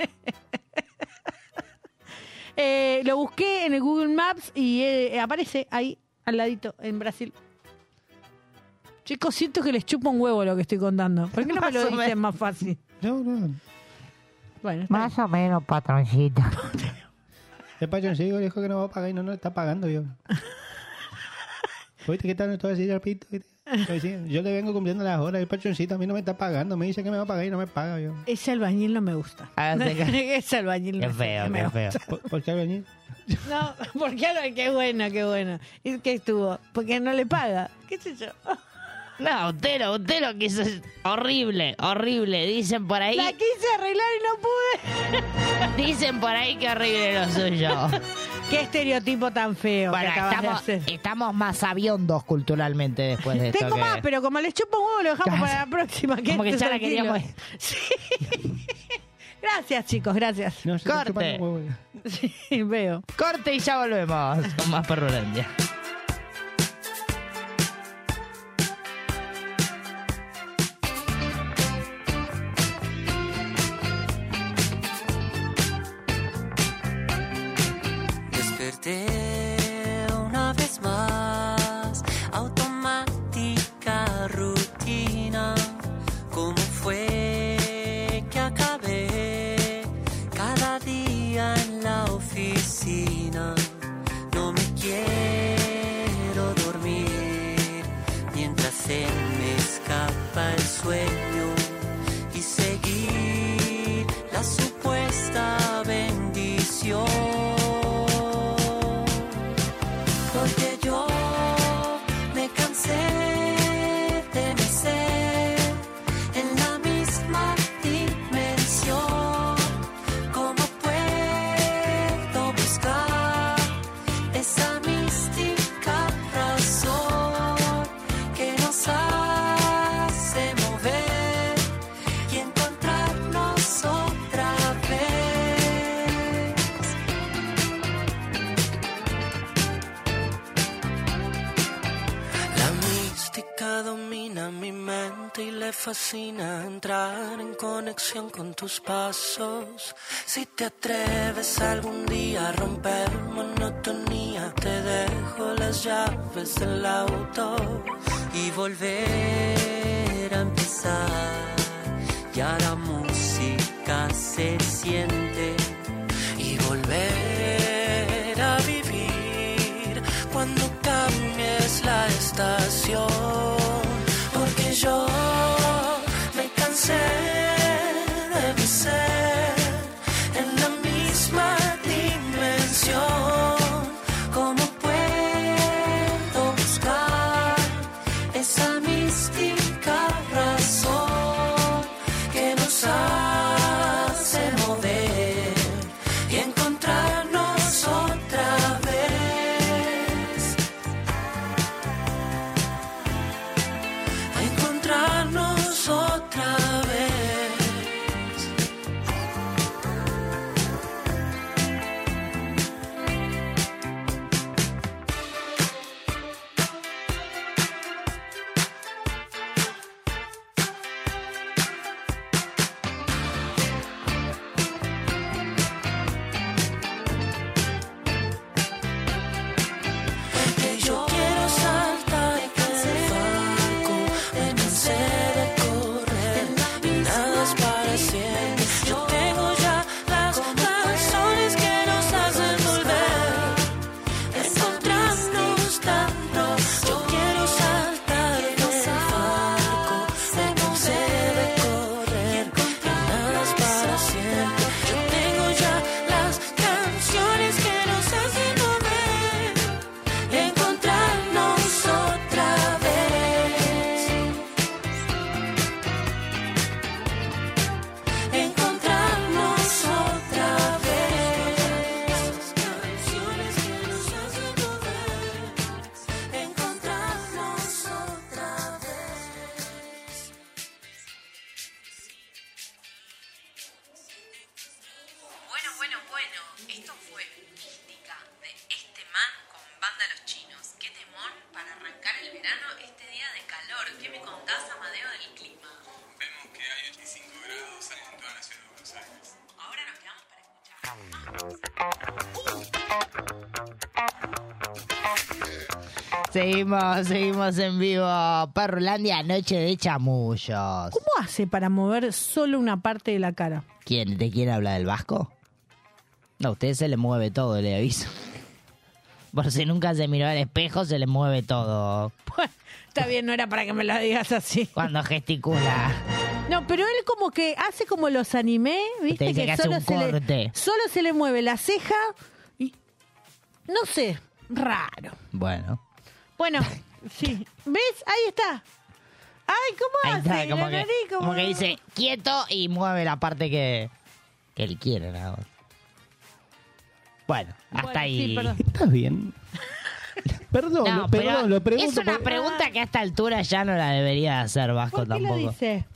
lo busqué en el Google Maps y aparece ahí, al ladito, en Brasil. Chicos, siento que les chupa un huevo lo que estoy contando. ¿Por qué no me lo dicen más fácil? No. Bueno, más o menos, patroncito. El patroncito dijo que no va a pagar y no está pagando yo. ¿Oíste qué tal? Todo así, repito. Yo le vengo cumpliendo las horas. El patroncito a mí no me está pagando. Me dice que me va a pagar y no me paga yo. Ese albañil no me gusta. Ese albañil no me gusta. ¿Por qué albañil? No, porque qué bueno. ¿Y qué estuvo? Porque no le paga. ¿Qué sé yo? No, usted lo quiso. Horrible. Dicen por ahí. La quise arreglar y no pude. Dicen por ahí que horrible lo suyo. Qué estereotipo tan feo. Bueno, estamos más aviondos culturalmente después de esto. Tengo más, pero como les chupo un huevo, lo dejamos para la próxima. Como que ya la queríamos. Sí. Gracias, chicos, gracias. No, corte. Sí, veo. Corte y ya volvemos con más Perrulandia. Una vez más, automática rutina. ¿Cómo fue que acabé cada día en la oficina? No me quiero dormir mientras se me escapa el sueño y seguir la supuesta bendición. Porque yo me cansé de mi ser en la misma dimensión. ¿Cómo puedo buscar esa mística razón que nos hace mover y encontrarnos otra vez? Domina mi mente y le fascina entrar en conexión con tus pasos. Si te atreves algún día a romper monotonía, te dejo las llaves del auto y volver a empezar. Ya la música se siente y volver a vivir cuando cambies la estación. Porque yo me cansé de mi ser en la misma dimensión. ¿Cómo puedo buscar esa mística razón que nos hace mover y encontrarnos otra vez? A encontrarnos otra vez. Seguimos en vivo. Perrulandia, noche de chamullos. ¿Cómo hace para mover solo una parte de la cara? ¿Quién te quiere hablar del Vasco? No, a usted se le mueve todo, le aviso. Por si nunca se miró al espejo, se le mueve todo. Está bien, no era para que me lo digas así. Cuando gesticula. No, pero él como que hace como los anime, ¿viste? Te dice que hace un corte. Solo se le mueve la ceja y... No sé, raro. Bueno, sí. ¿Ves? Ahí está. Ay, ¿cómo ahí hace? está, como La que, nariz, como que dice quieto y mueve la parte que él quiere, nada más. Bueno, hasta ahí. Sí, perdón. ¿Estás bien? Perdón, No, perdón, lo pregunto. es una pregunta que a esta altura ya no la debería hacer Vasco ¿Por qué tampoco. lo dice?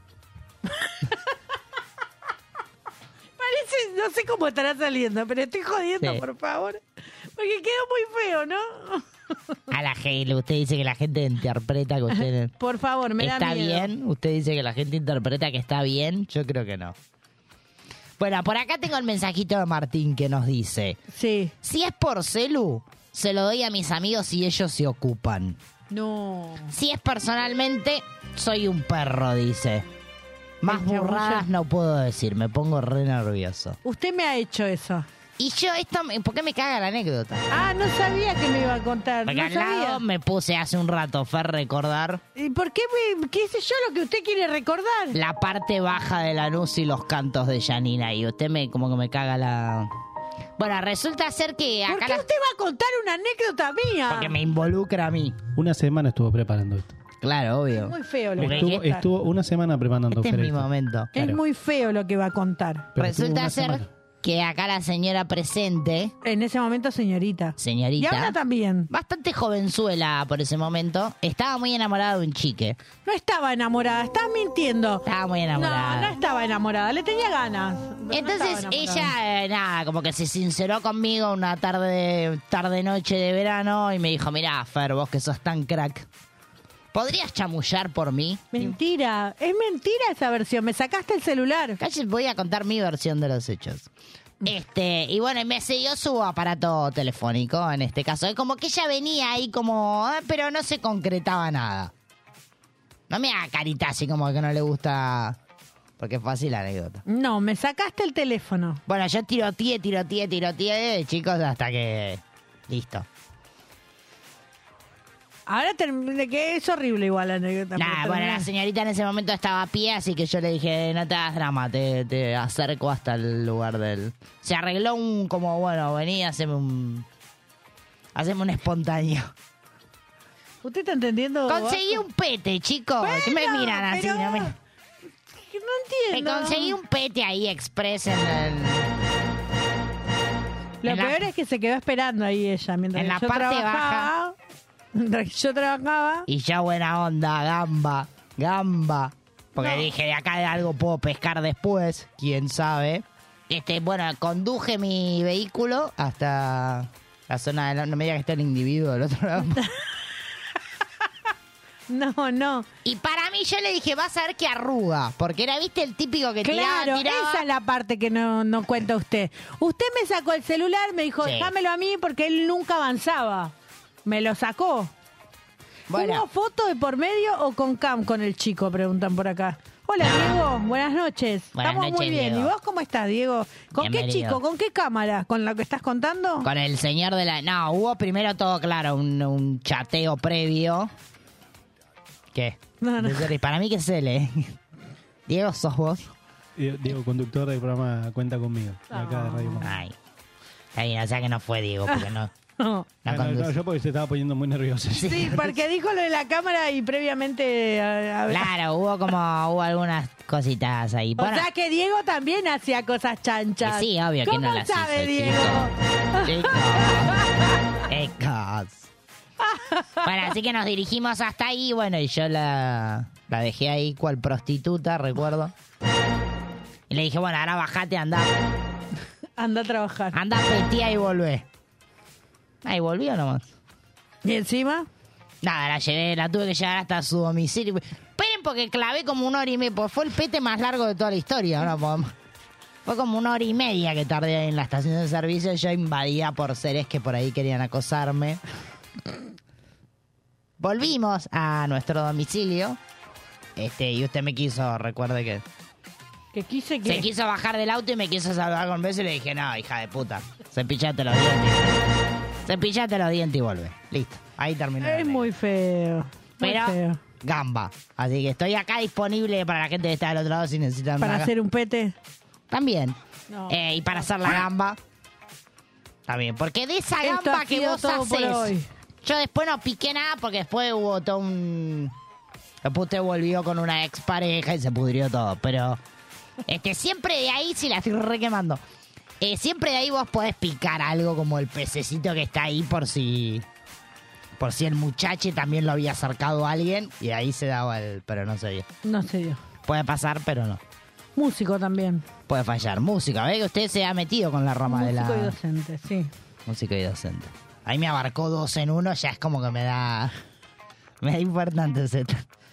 Parece, no sé cómo estará saliendo, pero estoy jodiendo, Sí. por favor. Porque quedó muy feo, ¿no? A la gente, usted dice que la gente interpreta que usted Por favor, me da está miedo. bien. Usted dice que la gente interpreta que está bien. Yo creo que no. Bueno, por acá tengo el mensajito de Martín que nos dice: sí. Si es por celu, se lo doy a mis amigos y ellos se ocupan. No. Si es personalmente, soy un perro, dice. Más El chabón burradas ya- no puedo decir, me pongo re nervioso. Usted me ha hecho eso. Y yo, ¿por qué me caga la anécdota? Ah, no sabía que me iba a contar. Porque No al lado sabía. me puse hace un rato, fue recordar ¿Y por qué qué sé yo lo que usted quiere recordar? la parte baja de Lanús y los cantos de Janina. Y usted como que me caga la... Bueno, resulta ser que ¿Por acá qué usted va a contar una anécdota mía? porque me involucra a mí. Una semana estuvo preparando esto. Claro, obvio. Muy feo lo que va a Estuvo, contar. estuvo una semana preparando Este es mi esto. momento. Es Claro. muy feo lo que va a contar. Pero estuvo Resulta una ser semana. que acá la señora presente, En ese momento, señorita. señorita, Y ahora también. bastante jovenzuela por ese momento, estaba muy enamorada de un chique. No estaba enamorada, estás mintiendo. Estaba muy enamorada. No, no estaba enamorada, le tenía ganas. No Entonces estaba enamorada. ella, nada, como que se sinceró conmigo una tarde-noche de verano y me dijo: mirá, Fer, vos que sos tan crack, ¿podrías chamullar por mí? Mentira, es mentira esa versión. Me sacaste el celular. Casi voy a contar mi versión de los hechos. Y bueno, me cedió su aparato telefónico, en este caso. Es como que ella venía ahí como, pero no se concretaba nada. No me haga carita así como que no le gusta, porque es fácil la anécdota. No, me sacaste el teléfono. Bueno, yo tiroteé, chicos, hasta que... Listo. Ahora terminé, que es horrible igual la anécdota. Nah, pero bueno, terminé. la señorita en ese momento estaba a pie, así que yo le dije: no te hagas drama, te acerco hasta el lugar del... Se arregló como, bueno, vení, haceme un espontáneo. ¿Usted está entendiendo? Conseguí Vasco? un pete, chicos. Bueno, ¿Qué me miran así? pero- No me... No Me entiendo. conseguí un pete ahí express en el... Lo en la- peor es que se quedó esperando ahí ella mientras en la yo parte trabajaba. Mientras que yo trabajaba. Y ya buena onda, gamba. Porque No. dije, de acá de algo puedo pescar después, quién sabe. Bueno, conduje mi vehículo hasta la zona de no me diga que está el individuo del otro lado. No. Y para mí yo le dije, vas a ver que arruga. Porque era, viste, el típico que Claro, tiraba. esa es la parte que no cuenta usted. Usted me sacó el celular, me dijo, Sí. déjamelo a mí porque él nunca avanzaba. Me lo sacó. Bueno. ¿Hubo foto de por medio o con cam con el chico? Preguntan por acá. Hola, Diego. Buenas noches. Buenas Estamos muy noches, bien. Diego. ¿Y vos cómo estás, Diego? ¿Con qué Bienvenido. chico? ¿Con qué cámara? ¿Con lo que estás contando? Con el señor de la... No, hubo primero todo claro, un chateo previo. ¿Qué? No. Para mí que es él, ¿eh? Diego, ¿sos vos? Diego, conductor del programa Cuenta Conmigo, de acá de Radio Monk. Ay. Está bien, o sea que no fue Diego, porque no... No. No, yo porque se estaba poniendo muy nervioso. Sí, porque dijo lo de la cámara y previamente... Claro, hubo algunas cositas ahí. O sea que Diego también hacía cosas chanchas. Sí, obvio que ¿Cómo no las sabe hizo, Diego? Chicos. Bueno, así que nos dirigimos hasta ahí, bueno, y yo la dejé ahí cual prostituta, recuerdo. Y le dije, bueno, ahora bajate, anda a trabajar. Anda, petía y volvé. Ahí volvió nomás. ¿Y encima? Nada, la tuve que llevar hasta su domicilio. Esperen porque clavé como 1 hora y media, porque fue el pete más largo de toda la historia, ¿no? Fue como 1 hora y media que tardé en la estación de servicio, yo invadida por seres que por ahí querían acosarme. volvimos a nuestro domicilio. Y usted me quiso, recuerde que... ¿Que quise que? Se quiso bajar del auto y me quiso saludar con beso y le dije, no, hija de puta, cepillate los dientes. Cepillate los dientes y vuelve. Listo, ahí terminó. Es muy feo. Muy Pero, feo. gamba. Así que estoy acá disponible para la gente que está del otro lado si necesitan... ¿Para hacer un pete? También. No. Y para hacer la gamba. También. Porque de esa Esto gamba ha que sido vos todo por hoy. haces... Yo después no piqué nada porque después hubo todo un... Después usted volvió con una expareja y se pudrió todo. Pero siempre de ahí, si la estoy re quemando, siempre de ahí vos podés picar algo como el pececito que está ahí por si el muchacho también lo había acercado a alguien y ahí se daba el... Pero no se dio. No se dio. Puede pasar, pero no. Músico también. Puede fallar. Música, ¿ve? Que usted se ha metido con la rama de la... Músico y docente, sí. Músico y docente. Ahí me abarcó 2 en 1, ya es como que me da importante. Se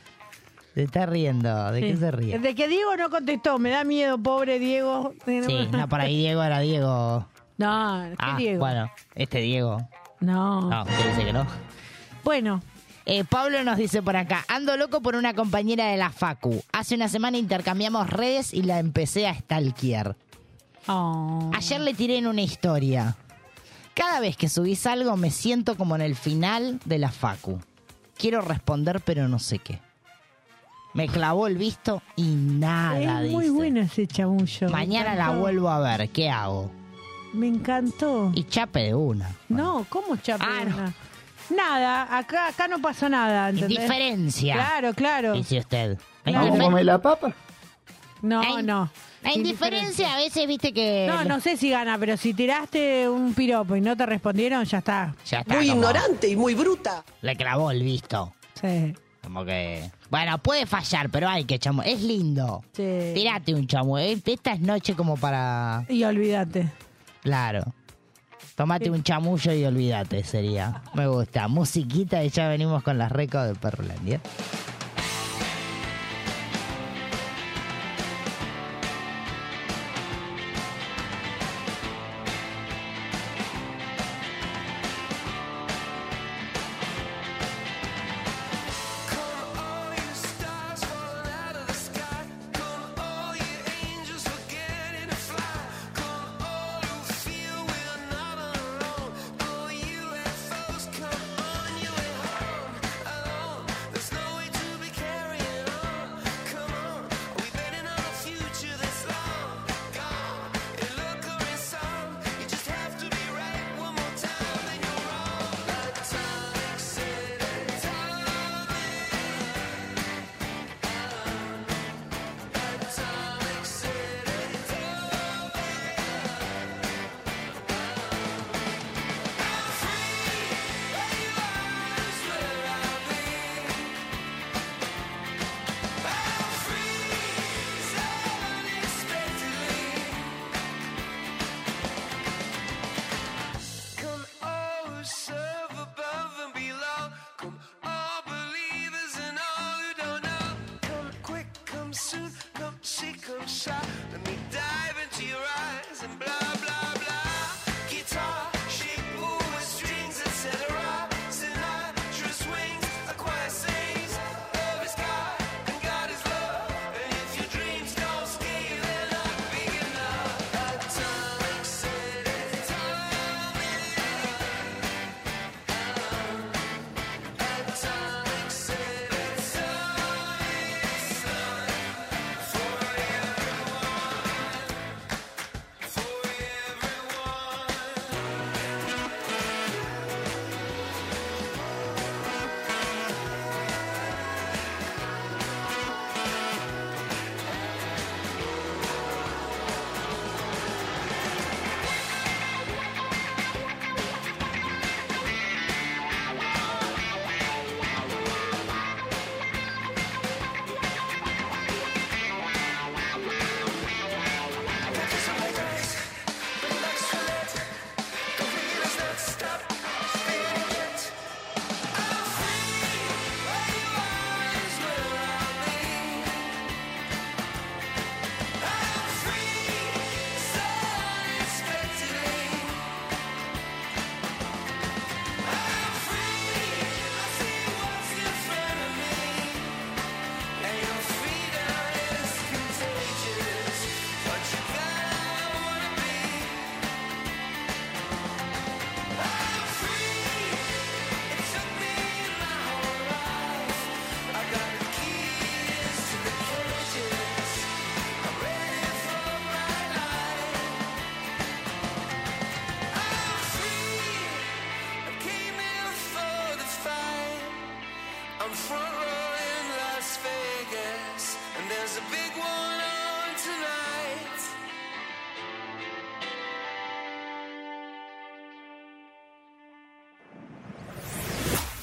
está riendo. ¿De qué se ríe? De que Diego no contestó, me da miedo, pobre Diego. Sí, no, por ahí Diego era Diego. No, ¿qué Diego? Bueno, Diego. No. No, usted dice que no. Bueno. Pablo nos dice por acá, ando loco por una compañera de la facu. Hace una semana intercambiamos redes y la empecé a stalkear. Ayer le tiré en una historia. Cada vez que subís algo me siento como en el final de la facu. Quiero responder pero no sé qué. Me clavó el visto y nada, Es muy dice. bueno ese chamullo. Mañana la vuelvo a ver, ¿qué hago? Me encantó. Y chape de una. No, ¿cómo chape de una? Nada, acá no pasó nada, ¿entendés? Indiferencia. Claro. Dice usted. Claro. ¿Come la papa? No. La indiferencia a veces, viste que... No sé si gana, pero si tiraste un piropo y no te respondieron, ya está. Ya está. Muy como- ignorante y muy bruta. Le clavó el visto. Sí. Como que... Bueno, puede fallar, pero hay que chamu... Es lindo. Sí. Tirate un chamu. Esta es noche como para... Y olvídate. Claro. Tomate un chamullo y olvídate, sería. Me gusta. Musiquita y ya venimos con las recos de Perrulandia.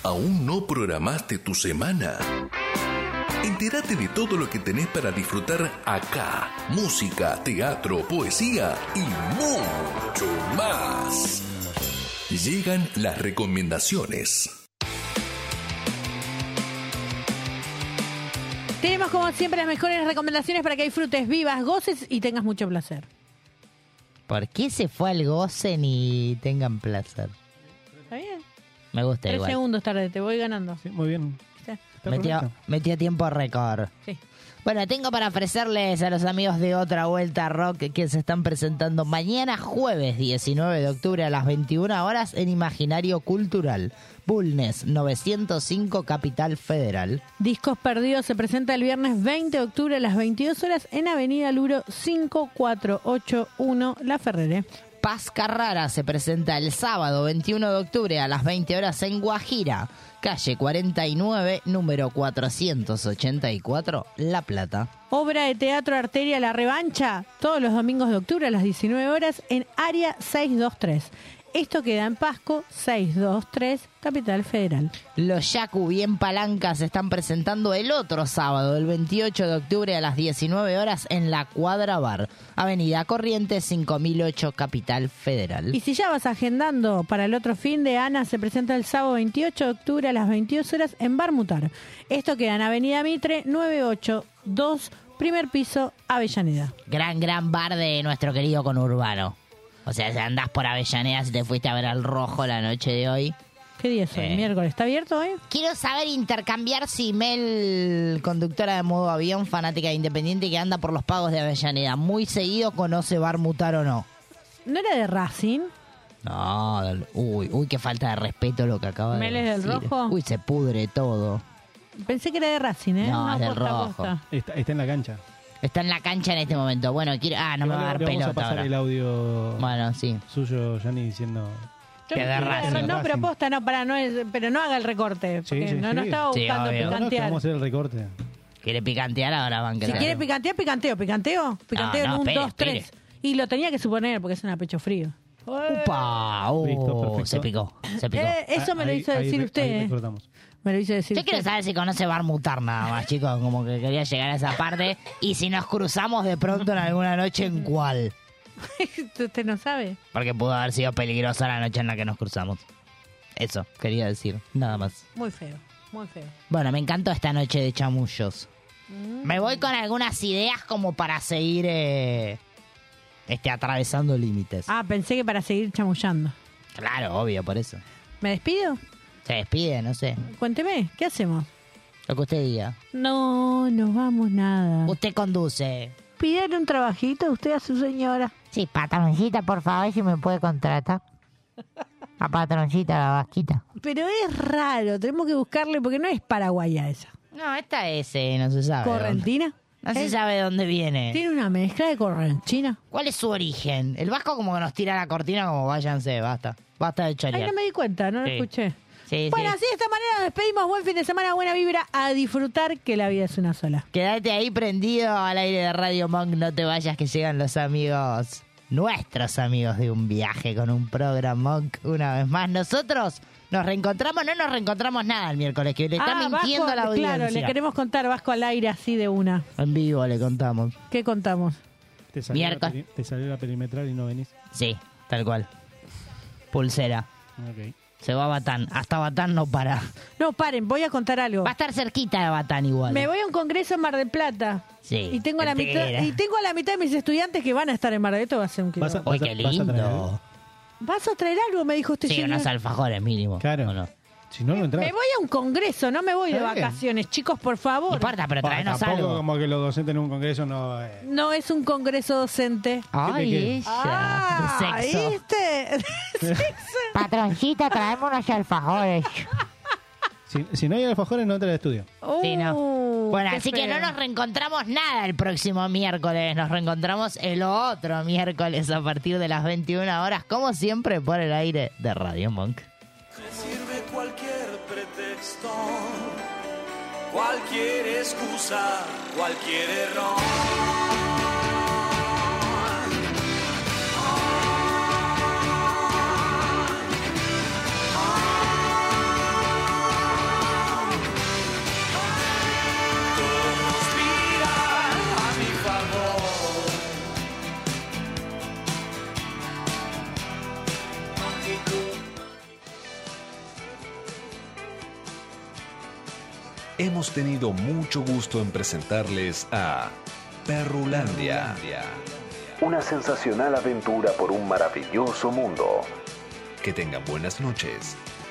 ¿Aún no programaste tu semana? Entérate de todo lo que tenés para disfrutar acá. Música, teatro, poesía y mucho más. Llegan las recomendaciones. Tenemos como siempre las mejores recomendaciones para que disfrutes, vivas, goces y tengas mucho placer. ¿Por qué se fue al goce ni tengan placer? ¿Está bien? Me gusta 3 igual. segundos tarde, te voy ganando. Sí, muy bien. Sí. Metió tiempo récord. Sí. Bueno, tengo para ofrecerles a los amigos de Otra Vuelta Rock que se están presentando mañana jueves 19 de octubre a las 21 horas en Imaginario Cultural. Bulnes 905 Capital Federal. Discos Perdidos se presenta el viernes 20 de octubre a las 22 horas en Avenida Luro 5481 La Ferrere. Paz Carrara se presenta el sábado 21 de octubre a las 20 horas en Guajira, calle 49, número 484, La Plata. Obra de teatro Arteria La Revancha, todos los domingos de octubre a las 19 horas en Área 623. Esto queda en Pasco 623, Capital Federal. Los Yaku Bien Palancas se están presentando el otro sábado, el 28 de octubre a las 19 horas en La Cuadra Bar, Avenida Corrientes 5008, Capital Federal. Y si ya vas agendando para el otro fin de Ana, se presenta el sábado 28 de octubre a las 22 horas en Bar Mutar. Esto queda en Avenida Mitre 982, primer piso, Avellaneda. Gran bar de nuestro querido conurbano. O sea, si andás por Avellaneda, si te fuiste a ver al Rojo la noche de hoy. ¿Qué día es hoy? ¿Miércoles? ¿Está abierto hoy? Quiero saber intercambiar si Mel, conductora de Modo Avión, fanática de Independiente que anda por los pagos de Avellaneda, muy seguido conoce Bar Mutar o no. ¿No era de Racing? No, uy, qué falta de respeto lo que acaba de ¿Mel decir. es del Rojo? Uy, se pudre todo. Pensé que era de Racing, ¿eh? No, es del Rojo. Posta. Está en la cancha. Está en la cancha en este momento. Bueno, quiero... no me va a dar pelota Vamos a pasar ahora. el audio bueno, sí. suyo, Yanni, diciendo... Que de Racing. No, pero posta, no, no es, pero no haga el recorte. Porque Sí, no estaba Sí, buscando obvio. picantear. Vamos a hacer el recorte. ¿Quiere picantear ahora, van? Si quiere picantear, picanteo en un, espere, 2, 3. espere. Y lo tenía que suponer porque es un pecho frío. ¡Upa! Listo, perfecto. Se picó. Eso me lo hizo decir usted. Me lo hizo decir Yo quiero saber si conoce Bar Mutar nada más, chicos. Como que quería llegar a esa parte. Y si nos cruzamos de pronto en alguna noche, ¿en cuál? ¿Usted no sabe? Porque pudo haber sido peligrosa la noche en la que nos cruzamos. Eso, quería decir. Nada más. Muy feo, muy feo. Bueno, me encantó esta noche de chamullos. Me voy con algunas ideas como para seguir atravesando límites. Ah, pensé que para seguir chamullando. Claro, obvio, por eso. ¿Me despido? Se despide, no sé. Cuénteme, ¿qué hacemos? Lo que usted diga. No, nos vamos nada. Usted conduce. Pídale un trabajito usted a su señora. Sí, patroncita, por favor, si me puede contratar. A patroncita, la vasquita. Pero es raro, tenemos que buscarle porque no es paraguaya esa. No, esta es, no se sabe. ¿Correntina? No se sabe de dónde viene. Tiene una mezcla de correntina. ¿Cuál es su origen? El vasco como que nos tira la cortina como váyanse, basta. Basta de chorear. Ay, no me di cuenta, no lo Sí. escuché. Sí, Bueno, sí. así de esta manera nos despedimos. Buen fin de semana, buena vibra. A disfrutar que la vida es una sola. Quédate ahí prendido al aire de Radio Monk. No te vayas que llegan los amigos, nuestros amigos de un viaje con un programa Monk. Una vez más, nosotros nos reencontramos. No nos reencontramos nada el miércoles, que le está mintiendo Vasco, a la audiencia. Claro, le queremos contar Vasco al aire así de una. En vivo le contamos. ¿Qué contamos? Te salió, Miércoles. te salió la perimetral y no venís. Sí, tal cual. Pulsera. Ok. Se va a Batán. Hasta Batán no para. No, paren, voy a contar algo. Va a estar cerquita de Batán igual. Me voy a un congreso en Mar del Plata. Sí. Y tengo, la mitad, de mis estudiantes que van a estar en Mar del Plata. Va a ser un quilombo. Uy, qué lindo. ¿Vas a traer algo? Me dijo usted. Sí, señor. unos alfajores mínimo. Claro. ¿O no? Si no, no entras. Me voy a un congreso, no me voy de Está bien. vacaciones, chicos, por favor. No importa, pero traenos Tampoco algo. como que los docentes en un congreso no... No es un congreso docente. Ay, ella. Ah, de sexo. ¿viste? Patroncita, traemos unos alfajores. Si no hay alfajores, no entra al estudio. Sí, no. Bueno, qué así que feo. no nos reencontramos nada el próximo miércoles. Nos reencontramos el otro miércoles a partir de las 21 horas, como siempre, por el aire de Radio Monk. Me sirve cualquier pretexto, cualquier excusa, cualquier error. hemos tenido mucho gusto en presentarles a Perrulandia. Una sensacional aventura por un maravilloso mundo. Que tengan buenas noches